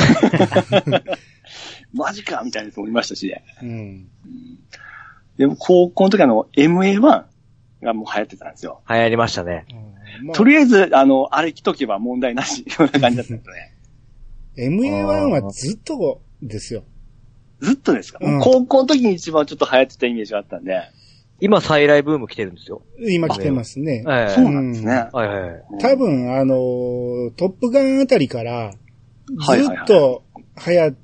マジかみたいなやつもいましたし、ね。 うん。 でも高校の時あの、エムエーワン がもう流行ってたんですよ。 流行りましたね。 まあとりあえず、あの、あれ着とけば問題なし、ような感じだったんですね。 エムエーワン はずっとですよ。 ずっとですか、 うん高校の時に一番ちょっと流行ってたイメージがあったんで。 今再来ブーム来てるんですよ。 今来てますね。 ええ、そうなんですね。 はいはい。 多分、あの、トップガンあたりから、ずっと流行って、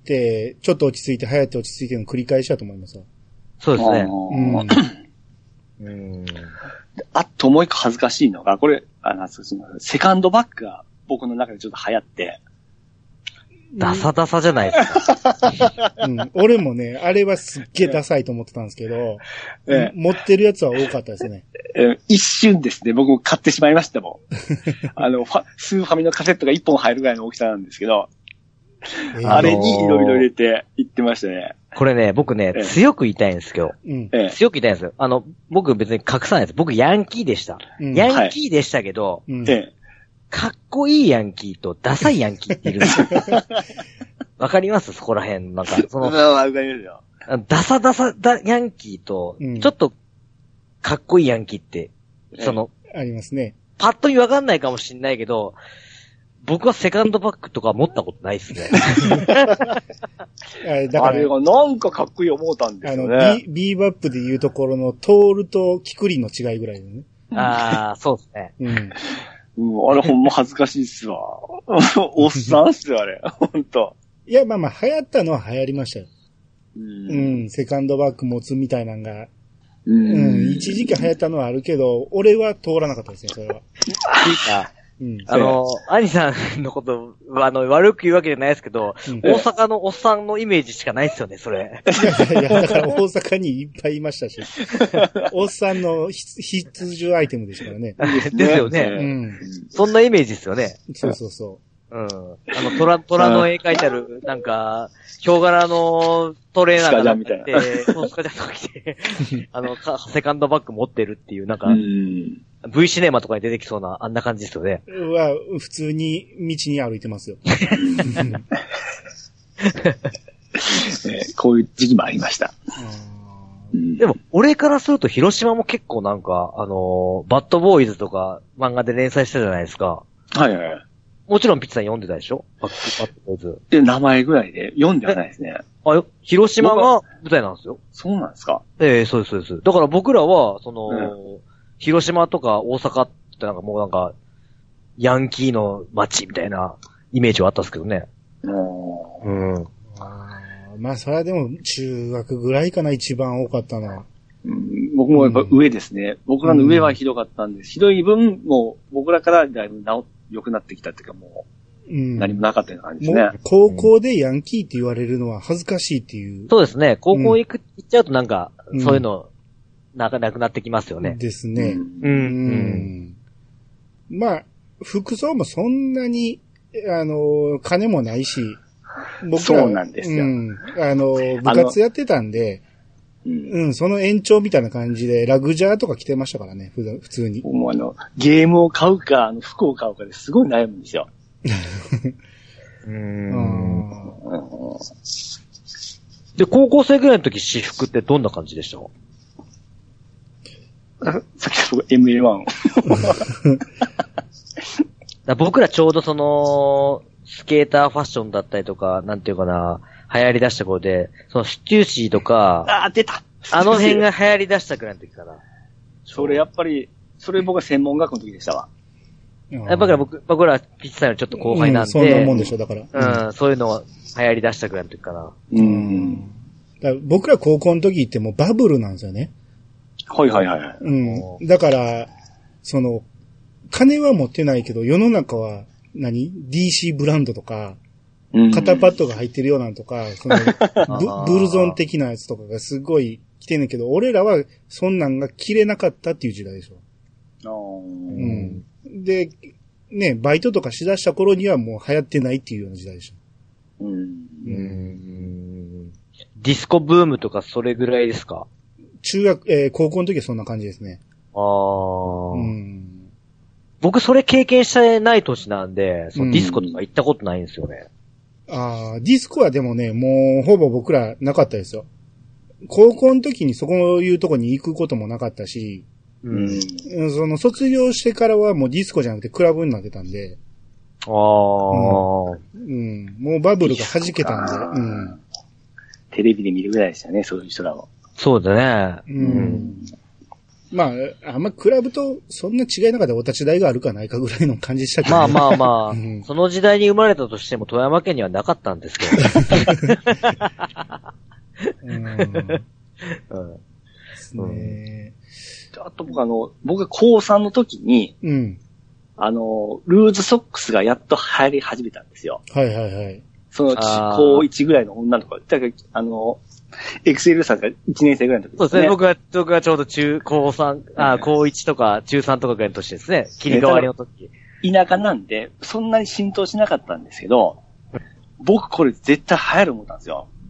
ちょっと落ち着いて、流行って落ち着いての繰り返しだと思いますよ。 そうですね。 うん。うん。あともう一個恥ずかしいのが、これ、あの、セカンドバッグが僕の中でちょっと流行って、 ダサダサじゃないですか。うん、俺もね、あれはすっげえダサいと思ってたんですけど、ええ、持ってるやつは多かったですね。 え一瞬ですね、僕も買ってしまいましたもん。あの、スーファミのカセットが一本入るぐらいの大きさなんですけど、えー、あれにいろいろ入れて行ってましたね。 これね、僕ね、えー、強く言いたいんですけど、うん、強く言いたいんですよ。あの、僕別に隠さないです。僕ヤンキーでした。うん、ヤンキーでしたけど、はい、うんかっこいいヤンキーとダサいヤンキーっているんですよ。わかりますそこら辺。なんか、その、ダサダサだヤンキーと、ちょっとかっこいいヤンキーって、うん、その、 ありますね。 パッと見わかんないかもしんないけど、僕はセカンドバッグとか持ったことないですね。 あ, あれがなんかかっこいい思ったんですよね。 あの、ビ, ビーバップでいうところのトールとキクリンの違いぐらいのね。 ああ、そうですね。 うんうん、あれほんま恥ずかしいっすわ。おっさんっすよ、あれ。ほんと。 いや、まあまあ、流行ったのは流行りましたよ。うん、うん、セカンドバッグ持つみたいなのが。うん、うん。一時期流行ったのはあるけど、俺は通らなかったですね、それは。っていうか、 うん、あの、兄さんのことは、あの、悪く言うわけじゃないですけど、うん、大阪のおっさんのイメージしかないですよね、それ。 いやいや、だから大阪にいっぱいいましたし、おっさんの必需アイテムでしたからね。 ですよね。うん。そんなイメージですよね。 そうそうそう。 うん。あの、虎、虎の絵描いてある、なんか、ヒョウ柄のトレーナーがなって、 そうスカジャンとか着て、あの、セカンドバッグ持ってるっていう、なんか、V シネマとかに出てきそうな、あんな感じですよね。 は、普通に道に歩いてますよ。 こういう時期もありました。 でも、俺からすると広島も結構なんか、あの、バッドボーイズとか漫画で連載したじゃないですか。 はいはい。 もちろんピッチさん読んでたでしょバッドボーイズ。 で、名前ぐらいで読んではないですね。 あよ、広島が舞台なんですよ。 そうなんですかええー、そうです、そうです。だから僕らは、その、うん、広島とか大阪ってなんかもうなんか、ヤンキーの街みたいなイメージはあったんですけどね。うん。 あまあ、それはでも中学ぐらいかな、一番多かったのは。 うん、僕もやっぱ上ですね、うん。僕らの上はひどかったんです。ひどい分、もう僕らからだいぶ治良くなってきたっていうかもう、うん、何もなかったような感じですね。もう高校でヤンキーって言われるのは恥ずかしいっていう。 そうですね。高校行く、行っちゃうとなんか、そういうの、なかなくなってきますよね。 ですね。うん。 うん。 うん、まあ、服装もそんなに、あの、金もないし、 僕らそうなんですよ。うん。 あの、部活やってたんで、うん、うん、その延長みたいな感じで、ラグジャーとか着てましたからね、普通に。 もうあの、ゲームを買うか、あの服を買うかですごい悩むんですよ。 うーん。で、高校生ぐらいの時、私服ってどんな感じでしたさっきの エムエルワン。 僕らちょうどその、スケーターファッションだったりとか、なんていうかな、流行り出した頃で、そのステューシーとか、 あー、出たあの辺が流行り出したくらいの時かな。 それやっぱり、それ僕は専門学校の時でしたわ。 やっぱり僕、僕らピッチさんよりちょっと後輩なんで、うん、 そんなもんでしょ、だから。 うん、うん、そういうの流行り出したくらいの時かな。 うん。だから僕ら高校の時ってもうバブルなんですよね。 はいはいはい。 うん。だから、その、金は持ってないけど、世の中は何、ディーシー ブランドとか、肩パッドが入ってるようなんとか、そのブ、ブルゾン的なやつとかがすごい来てんねんけど、俺らはそんなんが着れなかったっていう時代でしょ。うん。で、ね、バイトとかしだした頃にはもう流行ってないっていうような時代でしょ。うん。うん。 ディスコブームとかそれぐらいですか？ 中学、えー、高校の時はそんな感じですね。 ああ。うん。僕それ経験してない年なんで、そのディスコとか行ったことないんですよね。 うん、ああ、ディスコはでもね、もうほぼ僕らなかったですよ。高校の時にそこいうとこに行くこともなかったし、うん、その卒業してからはもうディスコじゃなくてクラブになってたんで、 ああ、うん、 うん。もうバブルが弾けたんで、うん。 テレビで見るぐらいでしたね、そういう人らは。 そうだね。うん。 まあ、あんま比べとそんな違いなかったらお立ち台があるかないかぐらいの感じでしたけど、ね。 まあまあまあ、 うん、 その時代に生まれたとしても富山県にはなかったんですけど。うん。うん。 ですね。 あと僕あの、僕が高さんの時に、うん。あの、ルーズソックスがやっと流行り始めたんですよ。 はいはいはい。 その、高いちぐらいの女の子が、だからあの、エクセル さんがいちねん生ぐらいの時ですね。 そうですね。僕が、僕がちょうど中、高さん、あ、高いちとか中さんとかぐらいの年ですね。切り替わりの時。 田舎なんで、そんなに浸透しなかったんですけど、僕これ絶対流行る思ったんですよ。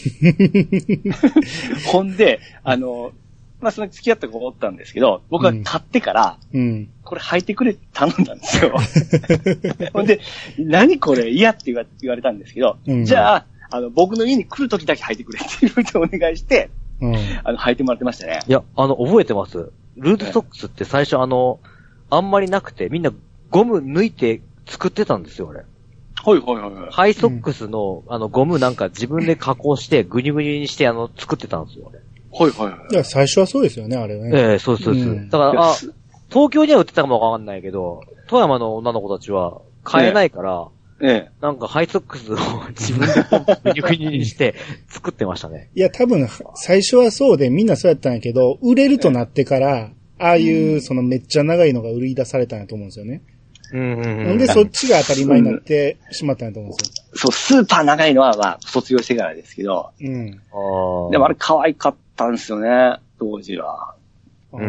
ほんで、あの、まあ、その付き合った子がおったんですけど、僕は買ってから、うん、これ履いてくれって頼んだんですよ。ほんで、何これ嫌って言わ、言われたんですけど、うん、じゃあ、あの、僕の家に来るときだけ履いてくれって言ってお願いして、うん、あの、履いてもらってましたね。 いや、あの、覚えてます。ルーズソックスって最初あの、あんまりなくて、みんなゴム抜いて作ってたんですよ、あれ。 はいはいはい。 ハイソックスの、あの、ゴムなんか自分で加工して、ぐにゅぐにゅにして、あの、作ってたんですよ、あれ。 はいはいはい。 いや、最初はそうですよね、あれね。 ええ、そうそうそう。うん、だから、あ、東京には売ってたかもわかんないけど、富山の女の子たちは買えないから、ええ、なんかハイソックスを自分でぐにゅぐにゅにして作ってましたね。 いや、多分、最初はそうでみんなそうやったんやけど、売れるとなってから、ええ、ああいう、そのめっちゃ長いのが売り出されたんやと思うんですよね。うんうんうん。で、そっちが当たり前になってしまったんやと思うんですよ。 そう、スーパー長いのはまあ、卒業してからですけど。うん。あでもあれ可愛かったんですよね、当時は。 うん。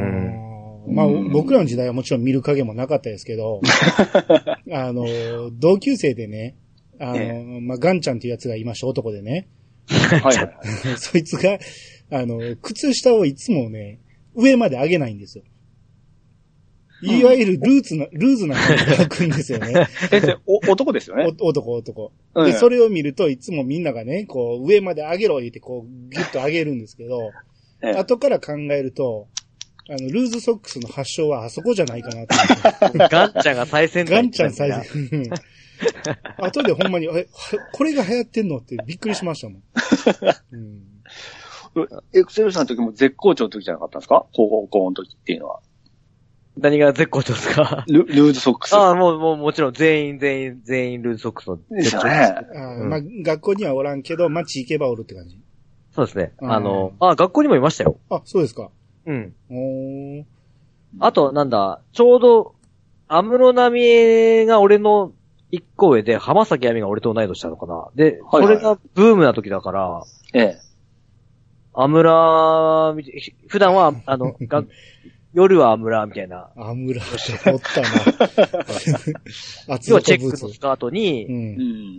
まあ、僕らの時代はもちろん見る影もなかったですけど、あの、同級生でね、あの、ええ、まあ、ガンちゃんっていうやつがいました、男でね。はいはい。そいつが、あの、靴下をいつもね、上まで上げないんですよ。いわゆるルーツな、ルーズな感じで履くんですよね。 え、お、男ですよね。 お男、男。で、うん、それを見るといつもみんながね、こう、上まで上げろ言ってこう、ギュッと上げるんですけど、ええ、後から考えると、あの、ルーズソックスの発祥はあそこじゃないかなと思って。 ガンちゃんが最先端。 ガンちゃん最先端。後でほんまに、え、これが流行ってんのってびっくりしましたもん。うん、 エクセルさんの時も絶好調の時じゃなかったんですか？高校の時っていうのは。 何が絶好調ですか？ ル、ルーズソックス。 ああ、もう、もう、もちろん、全員、全員、全員ルーズソックスの絶好調です。 ね。あうん、まあ、学校にはおらんけど、街行けばおるって感じ。 そうですね。あの、あ、学校にもいましたよ。 あ、そうですか。 うん。おあと、なんだ、ちょうど、安室奈美恵が俺の一個上で、浜崎あみが俺と同い年したのかな。で、はいはい、それがブームな時だから、ええ。安室、普段は、あの、が夜はアムラーみたいな。 アムラーっておったな。 要はチェックのスカートに、うん、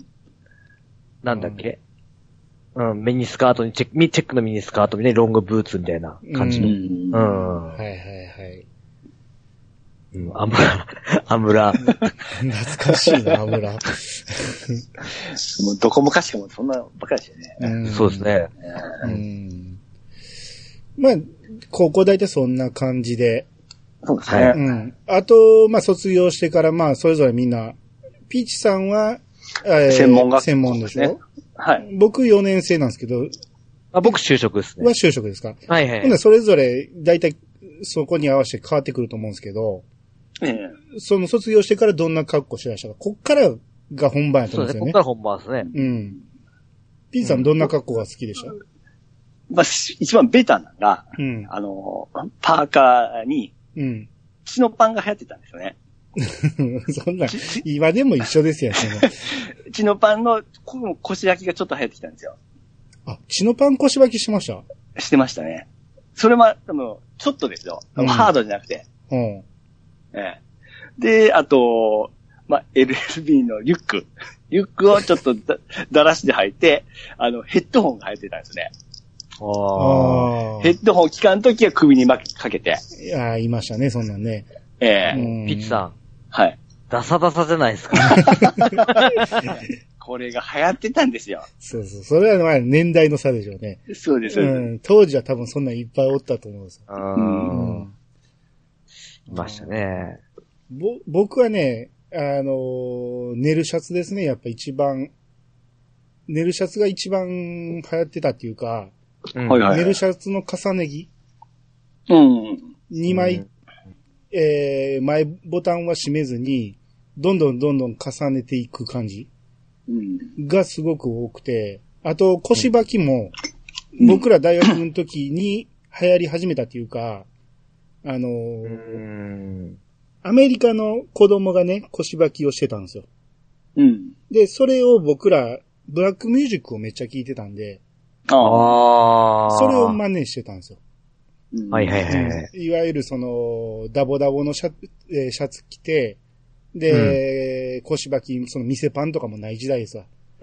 なんだっけ、うん、ミニスカートにチェック、チェックのミニスカートにね、ロングブーツみたいな感じの。うん。うん、 はいはいはい。 うん、アムラ、アムラ。 懐かしいな、アムラ。 もうどこもかしかもそんなばっかりですよね。 うん、そうですね。 うん。まあ、高校大体そんな感じで。 そうですね。 うん。あと、まあ卒業してから、まあそれぞれみんな、ピーチさんは、 えー、専門学校、 専門でしょ、ね、 はい。 僕よねん生なんですけど。 あ、僕就職ですね。 は就職ですか？ はいはい。 ほんでそれぞれ大体そこに合わせて変わってくると思うんですけど、ええ、その卒業してからどんな格好してらっしゃるか。こっからが本番やと思うんですよね。 そうですね。こっから本番ですね。 うん。ピーチさんどんな格好が好きでした？うんまあ、一番ベタなのが、うん、あの、パーカーに、うん。チノパンが流行ってたんですよね。 そんな、今でも一緒ですよ、ね。 チノパンの腰焼きがちょっと流行ってきたんですよ。 あ、チノパン腰焼きしました？ してましたね。それは、でも、ちょっとですよ。うん、ハードじゃなくて。うん。ええ。で、あと、まあ、エルエルビー のリュック。リュックをちょっとだ、だらして履いて、あの、ヘッドホンが流行ってたんですね。あヘッドホン聞かんときは首にかけて。 いやー、いましたね、そんなんね。 ええー。ピッチさん。 はい。 ダサダサじゃないですか。 これが流行ってたんですよ。 そうそう。それはまあ年代の差でしょうね。 そうです。うん。 当時は多分そんなんいっぱいおったと思うんですよ。 うん。いましたね。 ぼ、僕はね、あのー、ネルシャツですね、やっぱ一番。ネルシャツが一番流行ってたっていうか、うん、はいはいはい、ネルシャツの重ね着、 うん、 にまい、うん、えー、前ボタンは閉めずに、どんどんどんどん重ねていく感じがすごく多くて、あと腰履きも、僕ら大学の時に流行り始めたっていうか、あのーうん、アメリカの子供がね、腰履きをしてたんですよ。うん。で、それを僕ら、ブラックミュージックをめっちゃ聴いてたんで、ああ。それを真似してたんですよ。 はいはいはい。 いわゆるその、ダボダボのシャ,、えー、シャツ着て、で、うん、腰履き、その店パンとかもない時代ですわ。うん。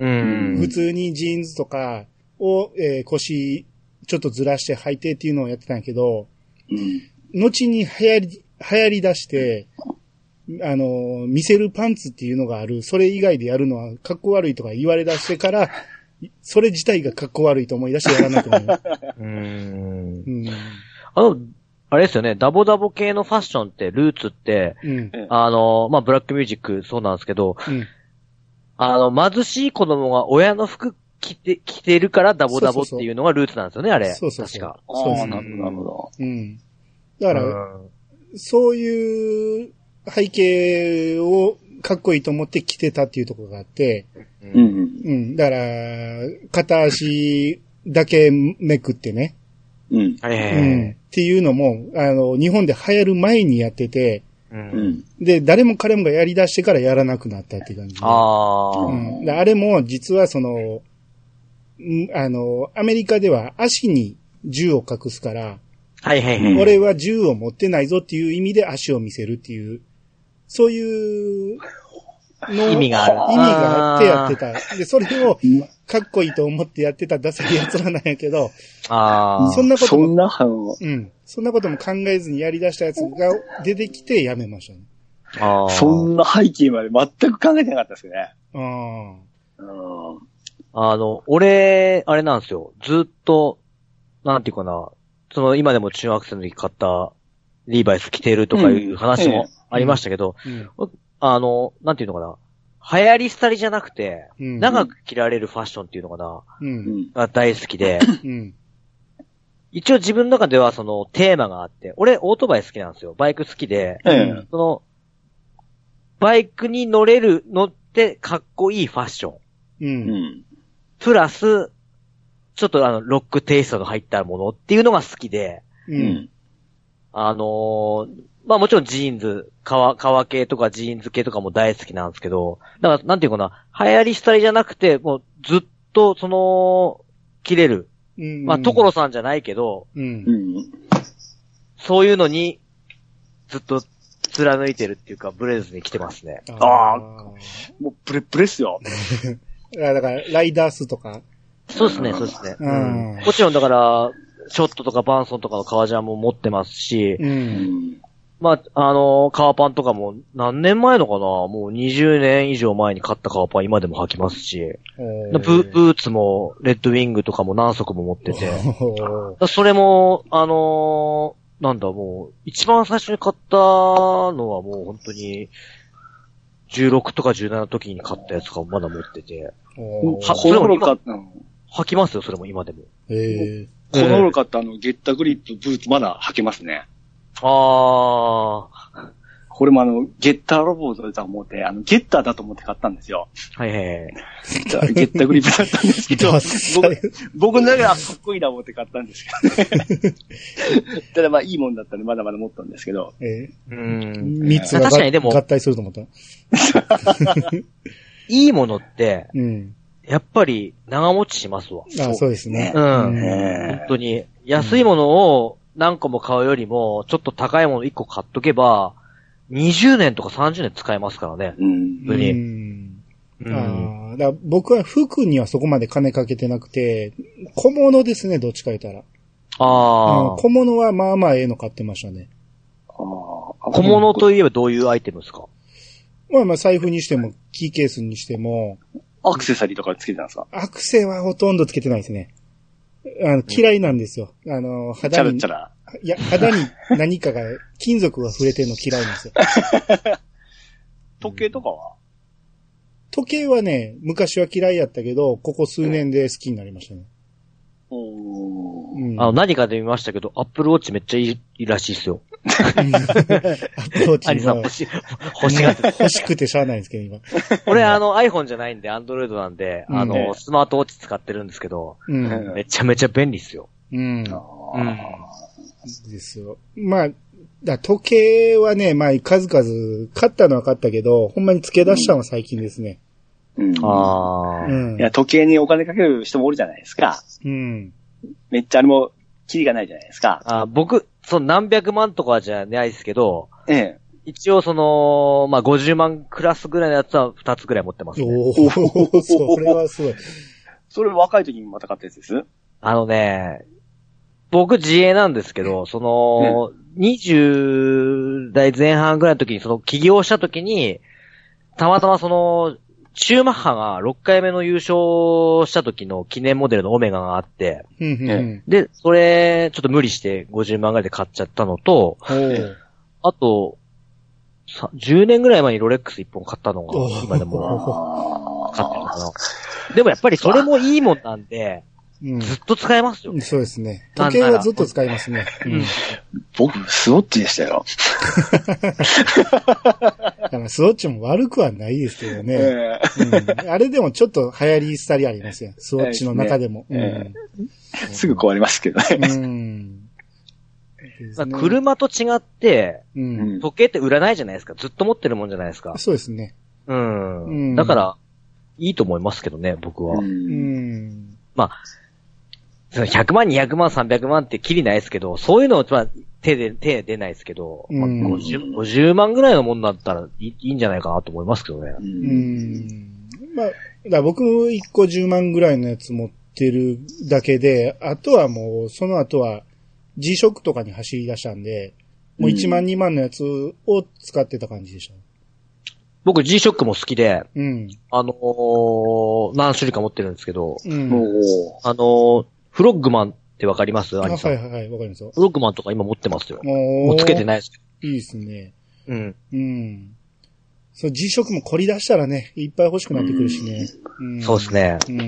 普通にジーンズとかを、えー、腰、ちょっとずらして履いてっていうのをやってたんやけど、うん、後に流行り、流行り出して、あの、見せるパンツっていうのがある、それ以外でやるのはかっこ悪いとか言われ出してから、それ自体がかっこ悪いと思い出してやらなくなる。うーん。うん。 あの、あれですよね、ダボダボ系のファッションって、ルーツって、うん、あの、まあ、ブラックミュージックそうなんですけど、うん、あの、貧しい子供が親の服着て、着てるからダボダボっていうのがルーツなんですよね、あれ。そうそうそう。確か。 そうですね。なるほど。うん。だから、うん、そういう背景をかっこいいと思って着てたっていうところがあって、うん。うん。だから、片足だけめくってね。うん。うん。っていうのも、あの、日本で流行る前にやってて、うん。で、誰も彼もがやり出してからやらなくなったっていう感じで。ああ。うん。であれも、実はその、あの、アメリカでは足に銃を隠すから、はいはいはい。俺は銃を持ってないぞっていう意味で足を見せるっていう、そういうの意味がある。 意味があってやってた。で、それをかっこいいと思ってやってたダサい奴らなんやけど、ああ。そんなことも、そんな、うん。そんなことも考えずにやり出したやつが出てきてやめましたね。 ああ。そんな背景まで全く考えてなかったですね。ああ。あの、俺、あれなんですよ。ずっと、なんていうかな、その今でも中学生の時買ったリーバイス着てるとかいう話もありましたけど、うんうん、あの、なんていうのかな、流行り廃りじゃなくて、うん、長く着られるファッションっていうのかな、うん、が大好きで、うん、一応自分の中ではそのテーマがあって、俺オートバイ好きなんですよ。バイク好きで、うん、その、バイクに乗れる、乗ってかっこいいファッション。うん、プラス、ちょっとあの、ロックテイストの入ったものっていうのが好きで、うん、あのー、まあもちろんジーンズ、革、革系とかジーンズ系とかも大好きなんですけど、だからなんていうかな、流行り廃りじゃなくて、もうずっとその、着れる。うん、まあ所さんじゃないけど、うん、そういうのに、ずっと貫いてるっていうか、ブレずに来てますね。 ああ、もうブレブレっすよ。 だから、ライダースとか。 そうですね、そうですね、うん。もちろんだから、ショットとかバンソンとかの革ジャンも持ってますし、うん、まあ、あの、革パンとかも何年前のかな、もうにじゅうねん以上前に買った革パン今でも履きますし、ブ, ブーツもレッドウィングとかも何足も持ってて、それも、あのー、なんだもう、一番最初に買ったのはもう本当に、じゅうろくとかじゅうななの時に買ったやつとかもまだ持ってて、は、それも今、履きますよ、それも今でも。 へー。この頃買ったあの、ゲッタグリップブーツまだ履けますね。ああ。これもあの、ゲッターロボットだと思って、あの、ゲッターだと思って買ったんですよ。はいはいはい。ゲッターグリップだったんですけど、僕、僕の中ではかっこいいな思って買ったんですけどね。ただまあいいもんだったんでまだまだ持ったんですけど。ええー。うん。三つが確かにでも合体すると思った。 いいものって、うん。やっぱり長持ちしますわ。 ああ、そうですね。 うん。本当に。安いものを何個も買うよりも、ちょっと高いものいっこ買っとけば、にじゅうねんとかさんじゅうねん使えますからね。うん。本当に。うん。 うん、あだ僕は服にはそこまで金かけてなくて、小物ですね、どっちか言ったら。ああ、うん。小物はまあまあええの買ってましたね。 ああ。小物といえばどういうアイテムですか？ まあまあ財布にしても、キーケースにしても、 アクセサリーとかつけてたんですか？ アクセはほとんどつけてないですね。あの、嫌いなんですよ。あの、肌に、チャラチャラいや、肌に何かが、金属が触れてるの嫌いなんですよ。 時計とかは？ 時計はね、昔は嫌いやったけど、ここ数年で好きになりましたね。 おー。うん、あの、何かで見ましたけど、アップルウォッチめっちゃいいらしいですよ。 アプローチアニさん欲し、欲しがって欲しくてしゃあないんですけど、今。 俺あの iPhone じゃないんで、Android なんで、あの、 うん、 スマートウォッチ使ってるんですけど、 うん、 めちゃめちゃ便利っすよ。 うん。うん。 ですよ。まあ、だ時計はね、まあ、数々、買ったのは買ったけど、ほんまに付け出したのは最近ですね。 うん。 ああ、 うん。 いや、時計にお金かける人もおるじゃないですか。 うん。 めっちゃあれも、キリがないじゃないですか。 あ僕、その何百万とかじゃないですけど、 ええ。 一応その、まあ、ごじゅうまんクラスぐらいのやつはふたつぐらい持ってますね。 おお、それはすごい。 それ若い時にまた買ったやつです？ あのね、僕自営なんですけど、その、にじゅう代前半ぐらいの時に、その起業した時に、たまたまその、シューマッハがろっかいめの優勝した時の記念モデルのオメガがあって、 うんうんうん、 で、それ、ちょっと無理してごじゅうまんぐらいで買っちゃったのと、あと、じゅうねんぐらい前にロレックスいっぽん買ったのが、今でも、買ってるかな。でもやっぱりそれもいいもんなんで、うん、ずっと使えますよ、ね。 そうですね。時計はずっと使えますね。うん、 僕、スウォッチでしたよ。 だからスウォッチも悪くはないですけどね。えーうん、あれでもちょっと流行り廃りありますよ。スウォッチの中でも。 えーうん、すぐ壊れますけどね。うんまあ、車と違って、うん、時計って売らないじゃないですか。ずっと持ってるもんじゃないですか。 そうですね。 うん。うん、だから、いいと思いますけどね、僕は。うん、まあ、ひゃくまん、にひゃくまん、さんびゃくまんってきりないですけど、そういうのは、まあ、手で、手出ないですけど、まあ、ごじゅう、ごじゅうまんぐらいのもんだったらいい、いいんじゃないかなと思いますけどね。 うん。まあ、だ僕もいっこじゅうまんぐらいのやつ持ってるだけで、あとはもう、その後は、G ショックとかに走り出したんで、もういちまんにまんのやつを使ってた感じでした。 僕 G ショックも好きで、 うん、 あのー、何種類か持ってるんですけど、 うん、 あのー、フロッグマンってわかります？ あ、はいはいはい、わかりますよ。 フロッグマンとか今持ってますよ。もうつけてないですけど。いいですね。 うん。 うん。そう、G ショックも凝り出したらね、いっぱい欲しくなってくるしね。 うんうん、そうですね。 うん。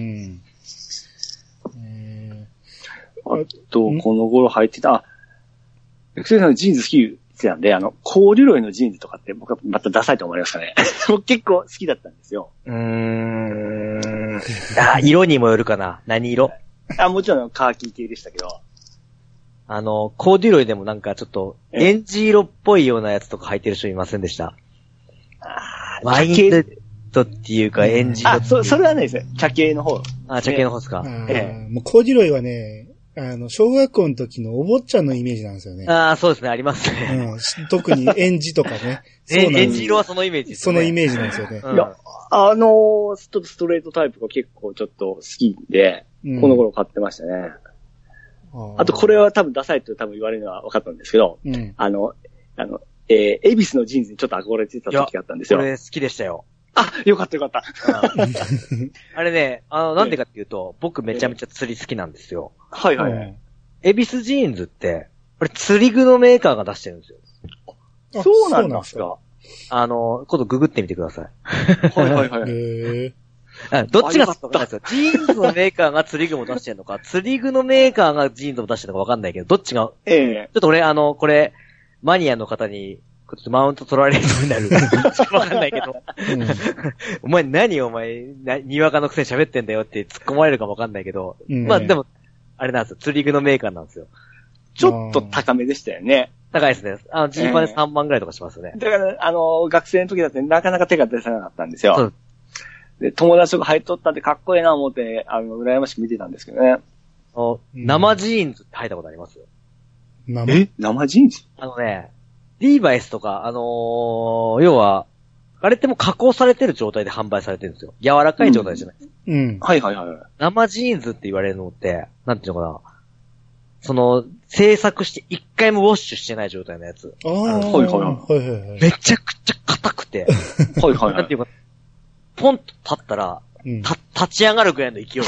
えー、あと、この頃入ってた、エクセルさんのジーンズ好き言ってたんで、あの、コーデュロイのジーンズとかって僕はまたダサいと思いましたね。僕結構好きだったんですよ。 うーん。あ、色にもよるかな。何色？ あ、もちろんカーキ系でしたけど。 あの、コーデュロイでもなんかちょっと、エンジ色っぽいようなやつとか履いてる人いませんでした？あワインレッドっていうか、エンジ色。 あ、そ、それはないですね。茶系の方。 あ、茶系の方ですか。 ええ。もうコーデュロイはね、あの、小学校の時のお坊ちゃんのイメージなんですよね。 ああ、そうですね、ありますね。 うん。特にエンジとかね。 そうなんです。エンジ色はそのイメージですね。 そのイメージなんですよね。 うん、いや、あのー、ちょっとストレートタイプが結構ちょっと好きで、うん、この頃買ってましたね。あとこれは多分ダサいと多分言われるのは分かったんですけど、うん、あの、あの、えー、エビスのジーンズにちょっと憧れてた時があったんですよ。 これ好きでしたよ。 あ、よかったよかった。 あれね、あの、なんでかっていうと、僕めちゃめちゃ釣り好きなんですよ。 はいはいはい。 エビスジーンズって、これ釣り具のメーカーが出してるんですよ。 そうなんですか。 あの、今度ググってみてください。 はいはいはい。 へどっちがそうかわかんないですよ。ジーンズのメーカーが釣り具も出してるのか、釣り具のメーカーがジーンズも出してるのかわかんないけど、どっちが、 ええちょっと俺、あの、これ、マニアの方に、ちょっとマウント取られるようになる。わかんないけど。うん、お前何お前、にわかのくせに喋ってんだよって突っ込まれるかもわかんないけど、うん、まあでも、あれなんですよ。釣り具のメーカーなんですよ。 ちょっと高めでしたよね。 高いですね。あの、ジーパンでさんまんぐらいとかしますよね。 だから、あの、学生の時だってなかなか手が出せなかったんですよ。そうで、友達とか入っとったってかっこいいな思って、あの、羨ましく見てたんですけどね。 あ生ジーンズって履いたことあります？ 生え生ジーンズ？ あのね、リーバイスとか、あのー、要は、あれってもう加工されてる状態で販売されてるんですよ。柔らかい状態じゃないですか。 うん。うん、 はいはいはい。 生ジーンズって言われるのって、なんていうのかな。その、製作して一回もウォッシュしてない状態のやつ。 ああ、 はいはいはい。 めちゃくちゃ硬くて。 はいはいはい。 なんていうか、ポンと立ったら、うん、た、立ち上がるぐらいの勢い。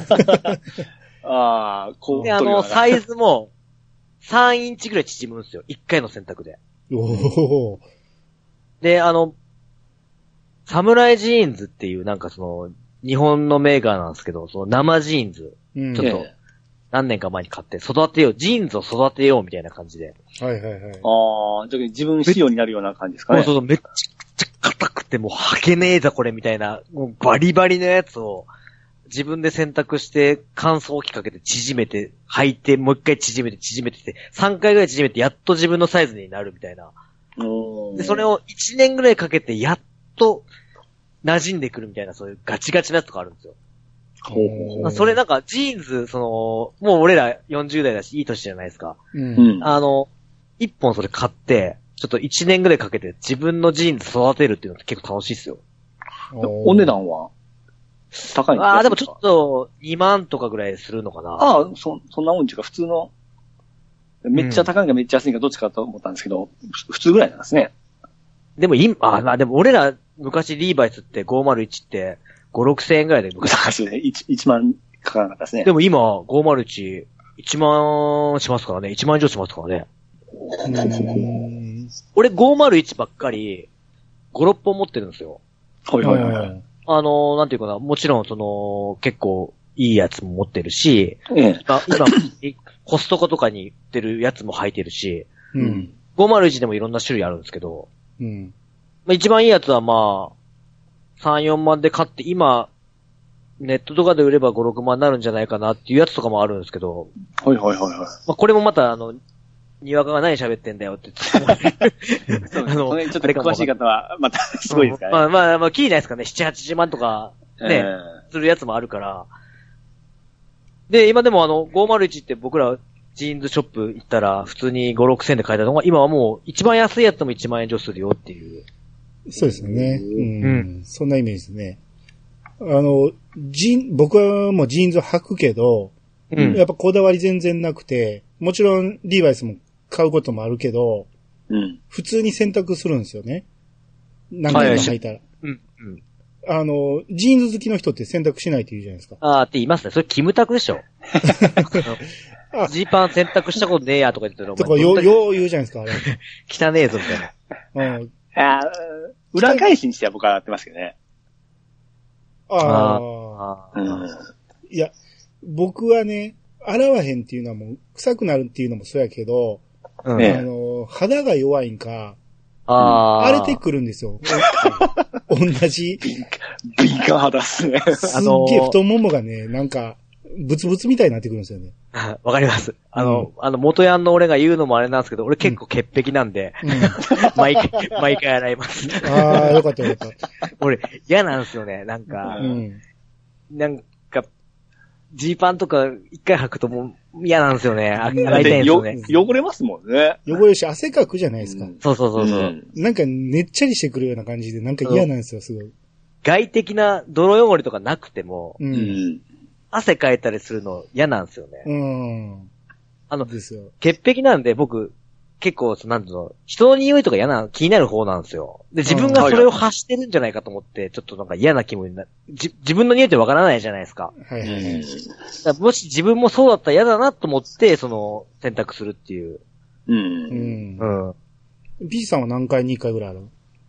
ああ、こう。 で、あの、サイズも、さんインチぐらい縮むんですよ。一回の選択で。 おー。 で、あの、サムライジーンズっていうなんかその、日本のメーカーなんですけど、その生ジーンズ。うん、ちょっと、 何年か前に買って育てよう、ジーンズを育てようみたいな感じで。 はいはいはい。 ああ、じゃあ自分仕様になるような感じですかね。 そうそうそう、めっちゃくちゃ硬くてもう履けねえぞこれみたいな、もうバリバリのやつを自分で洗濯して乾燥機かけて縮めて履いてもう一回縮めて縮めてってさんかいぐらい縮めてやっと自分のサイズになるみたいな。で、それをいちねんぐらいかけてやっと馴染んでくるみたいなそういうガチガチなやつとかあるんですよ。 ほうほうほう。 それなんかジーンズ、その、もう俺らよんじゅう代だしいい年じゃないですか。 うん。 あの、一本それ買って、ちょっと一年ぐらいかけて自分のジーンズ育てるっていうのって結構楽しいっすよ。 お値段は高いんですか？ ああ、でもちょっとにまんとかぐらいするのかな。 ああ、そ、そんなもんちゅうか普通の、めっちゃ高いかめっちゃ安いかどっちかと思ったんですけど、うん、普通ぐらいなんですね。 でも今、あ、まあでも俺ら昔リーバイスってごーまるいちってご、ろくせんえんぐらいで昔。 そうですね。いちまんかからなかったですね。 でも今ごーまるいち、いちまんしますからね。いちまん以上しますからね。 うん俺ごーまるいちばっかりご、ろっぽん持ってるんですよ。 はいはいはい。 あの、なんていうかな、もちろんその、結構いいやつも持ってるし、 ええ、 今、今コストコとかに売ってるやつも履いてるし、 うん、 ごーまるいちでもいろんな種類あるんですけど、 うん、 まあ、一番いいやつはまあ、さん、よんまんで買って今、ネットとかで売ればご、ろくまんになるんじゃないかなっていうやつとかもあるんですけど、 はいはいはいはい。 まあ、これもまたあの、にわかが何喋ってんだよって言って。 そうあの、ちょっと詳しい方は、また、すごいですからね。 まあまあまあ、キーないですかね。なな、はちじゅうまんとか、ね、えー、するやつもあるから。で、今でもあの、ごーまるいちって僕ら、ジーンズショップ行ったら、普通にご、ろくせんで買えたのが、今はもう、一番安いやつでもいちまんえん以上するよっていう。 そうですよね。うん。うん、そんなイメージですね。あの、ジン、僕はもうジーンズを履くけど、うん、やっぱこだわり全然なくて、もちろんリーバイスも買うこともあるけど、 うん、 普通に洗濯するんですよね。何回も履いたら。 うんうん、 あの、ジーンズ好きの人って洗濯しないって言うじゃないですか。 あーって言いますね。それキムタクでしょ。ジーパン洗濯したことねえやとか言ってるの。 とかよ、よう言うじゃないですか、あれ。 汚ねえぞみたいな。 うん。 あ裏返しにしては僕はやってますけどね。 ああ、うん。 いや、僕はね、洗わへんっていうのはもう、臭くなるっていうのもそうやけど、うん、あの、肌が弱いんか、 あ荒れてくるんですよ。同じ。 敏感肌っすね。 すっげえ太ももがね、なんか、ブツブツみたいになってくるんですよね。 わかります。あの、うん、あの、元ヤンの俺が言うのもあれなんですけど、俺結構潔癖なんで、うん、毎回、毎回洗います。 ああ、よかったよかった。 俺、嫌なんですよね、なんか。うん、なんか、ジーパンとか一回履くともう嫌なんですよね。洗いたいんですよね。 汚れますもんね。 汚れるし、汗かくじゃないですか。うん、 そうそうそうそう、うん。 なんか、ねっちゃりしてくるような感じで、なんか嫌なんですよ、すごい。 外的な泥汚れとかなくても、 うん、 汗かいたりするの嫌なんですよね。 うん。 あの、 ですよ。 潔癖なんで僕、結構、なんていうの、人の匂いとか嫌な、気になる方なんですよ。で、自分がそれを発してるんじゃないかと思って、ちょっとなんか嫌な気分になる。じ、自分の匂いってわからないじゃないですか。 はいはいはい。 だもし自分もそうだったら嫌だなと思って、その、選択するっていう。 うん。 うん。うん。B さんは何回にいっかいぐらいある？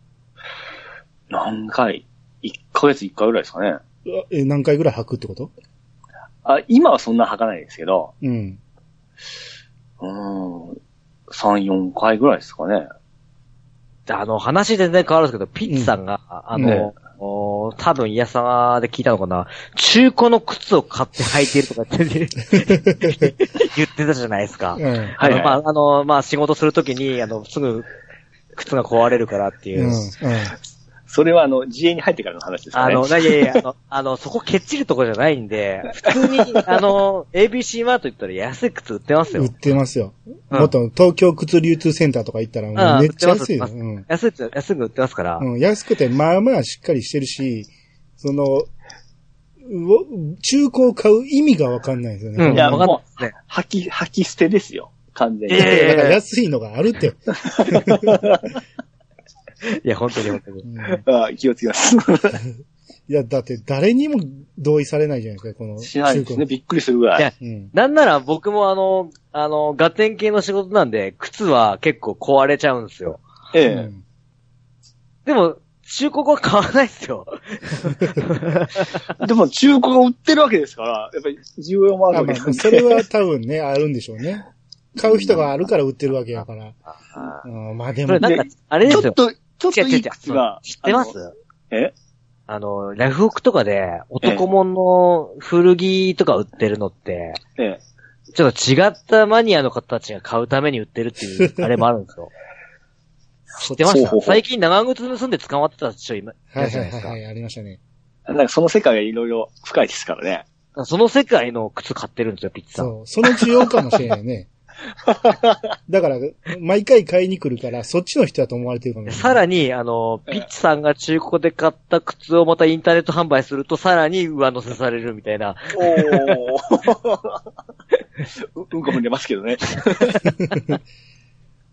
何回 ?いっかげついっかいぐらいですかね。 え、何回ぐらい履くってこと？ あ、今はそんな履かないですけど。 うん。 うん。さん、よんかいぐらいですかね。 あの、話全然変わるんですけど、ピッツさんが、うん、あの、ね、多分、イヤサマで聞いたのかな、中古の靴を買って履いてるとかって言ってたじゃないですか。 うん、はい、 はい。まあ、あの、まあ、仕事するときに、あの、すぐ、靴が壊れるからっていう。 うんうん、 それはあの、自営に入ってからの話ですかね。 あの、いやいやいや、あの、あの、そこケチるとこじゃないんで、普通に、あの、エービーシー マート行ったら安い靴売ってますよ。 売ってますよ。うん、もっと東京靴流通センターとか行ったらもうめっちゃ安いよ。 うん、安い、安く売ってますから。 うん、安くて、まあまあしっかりしてるし、その、中古を買う意味がわかんないですよね。 うん、いや、もう、ね、吐き、吐き捨てですよ。完全に。 いやいや、だから安いのがあるって。 いや、本当に本当に。 うん、あ気をつけます。 いや、だって誰にも同意されないじゃないですか、この。 しないですね。びっくりするぐらい。いや、 うん、なんなら僕もあの、あの、ガテン系の仕事なんで、靴は結構壊れちゃうんですよ。 ええ。 でも、 中古は買わないっすよ。 でも中古が売ってるわけですから、やっぱり需要もあるわけですから。それは多分ね、あるんでしょうね。買う人があるから売ってるわけやから。うん、まあでも。 なんか、あれですよ。 ちょっと、ちょっといい靴が。 知ってます？ えあの、ラフオクとかで男物の古着とか売ってるのって、ええ、ちょっと違ったマニアの方たちが買うために売ってるっていう、あれもあるんですよ。知ってました？最近長靴盗んで捕まってた人いましたじゃないですか。 はいはいはい、ありましたね。 なんかその世界がいろいろ深いですからね。 その世界の靴買ってるんですよ、ピッツさん。 そう、その需要かもしれないね。だから、毎回買いに来るから、そっちの人だと思われてるかもしれない。 さらに、あの、ピッチさんが中古で買った靴をまたインターネット販売すると、さらに上乗せされるみたいな。 おー。うんこも出ますけどね。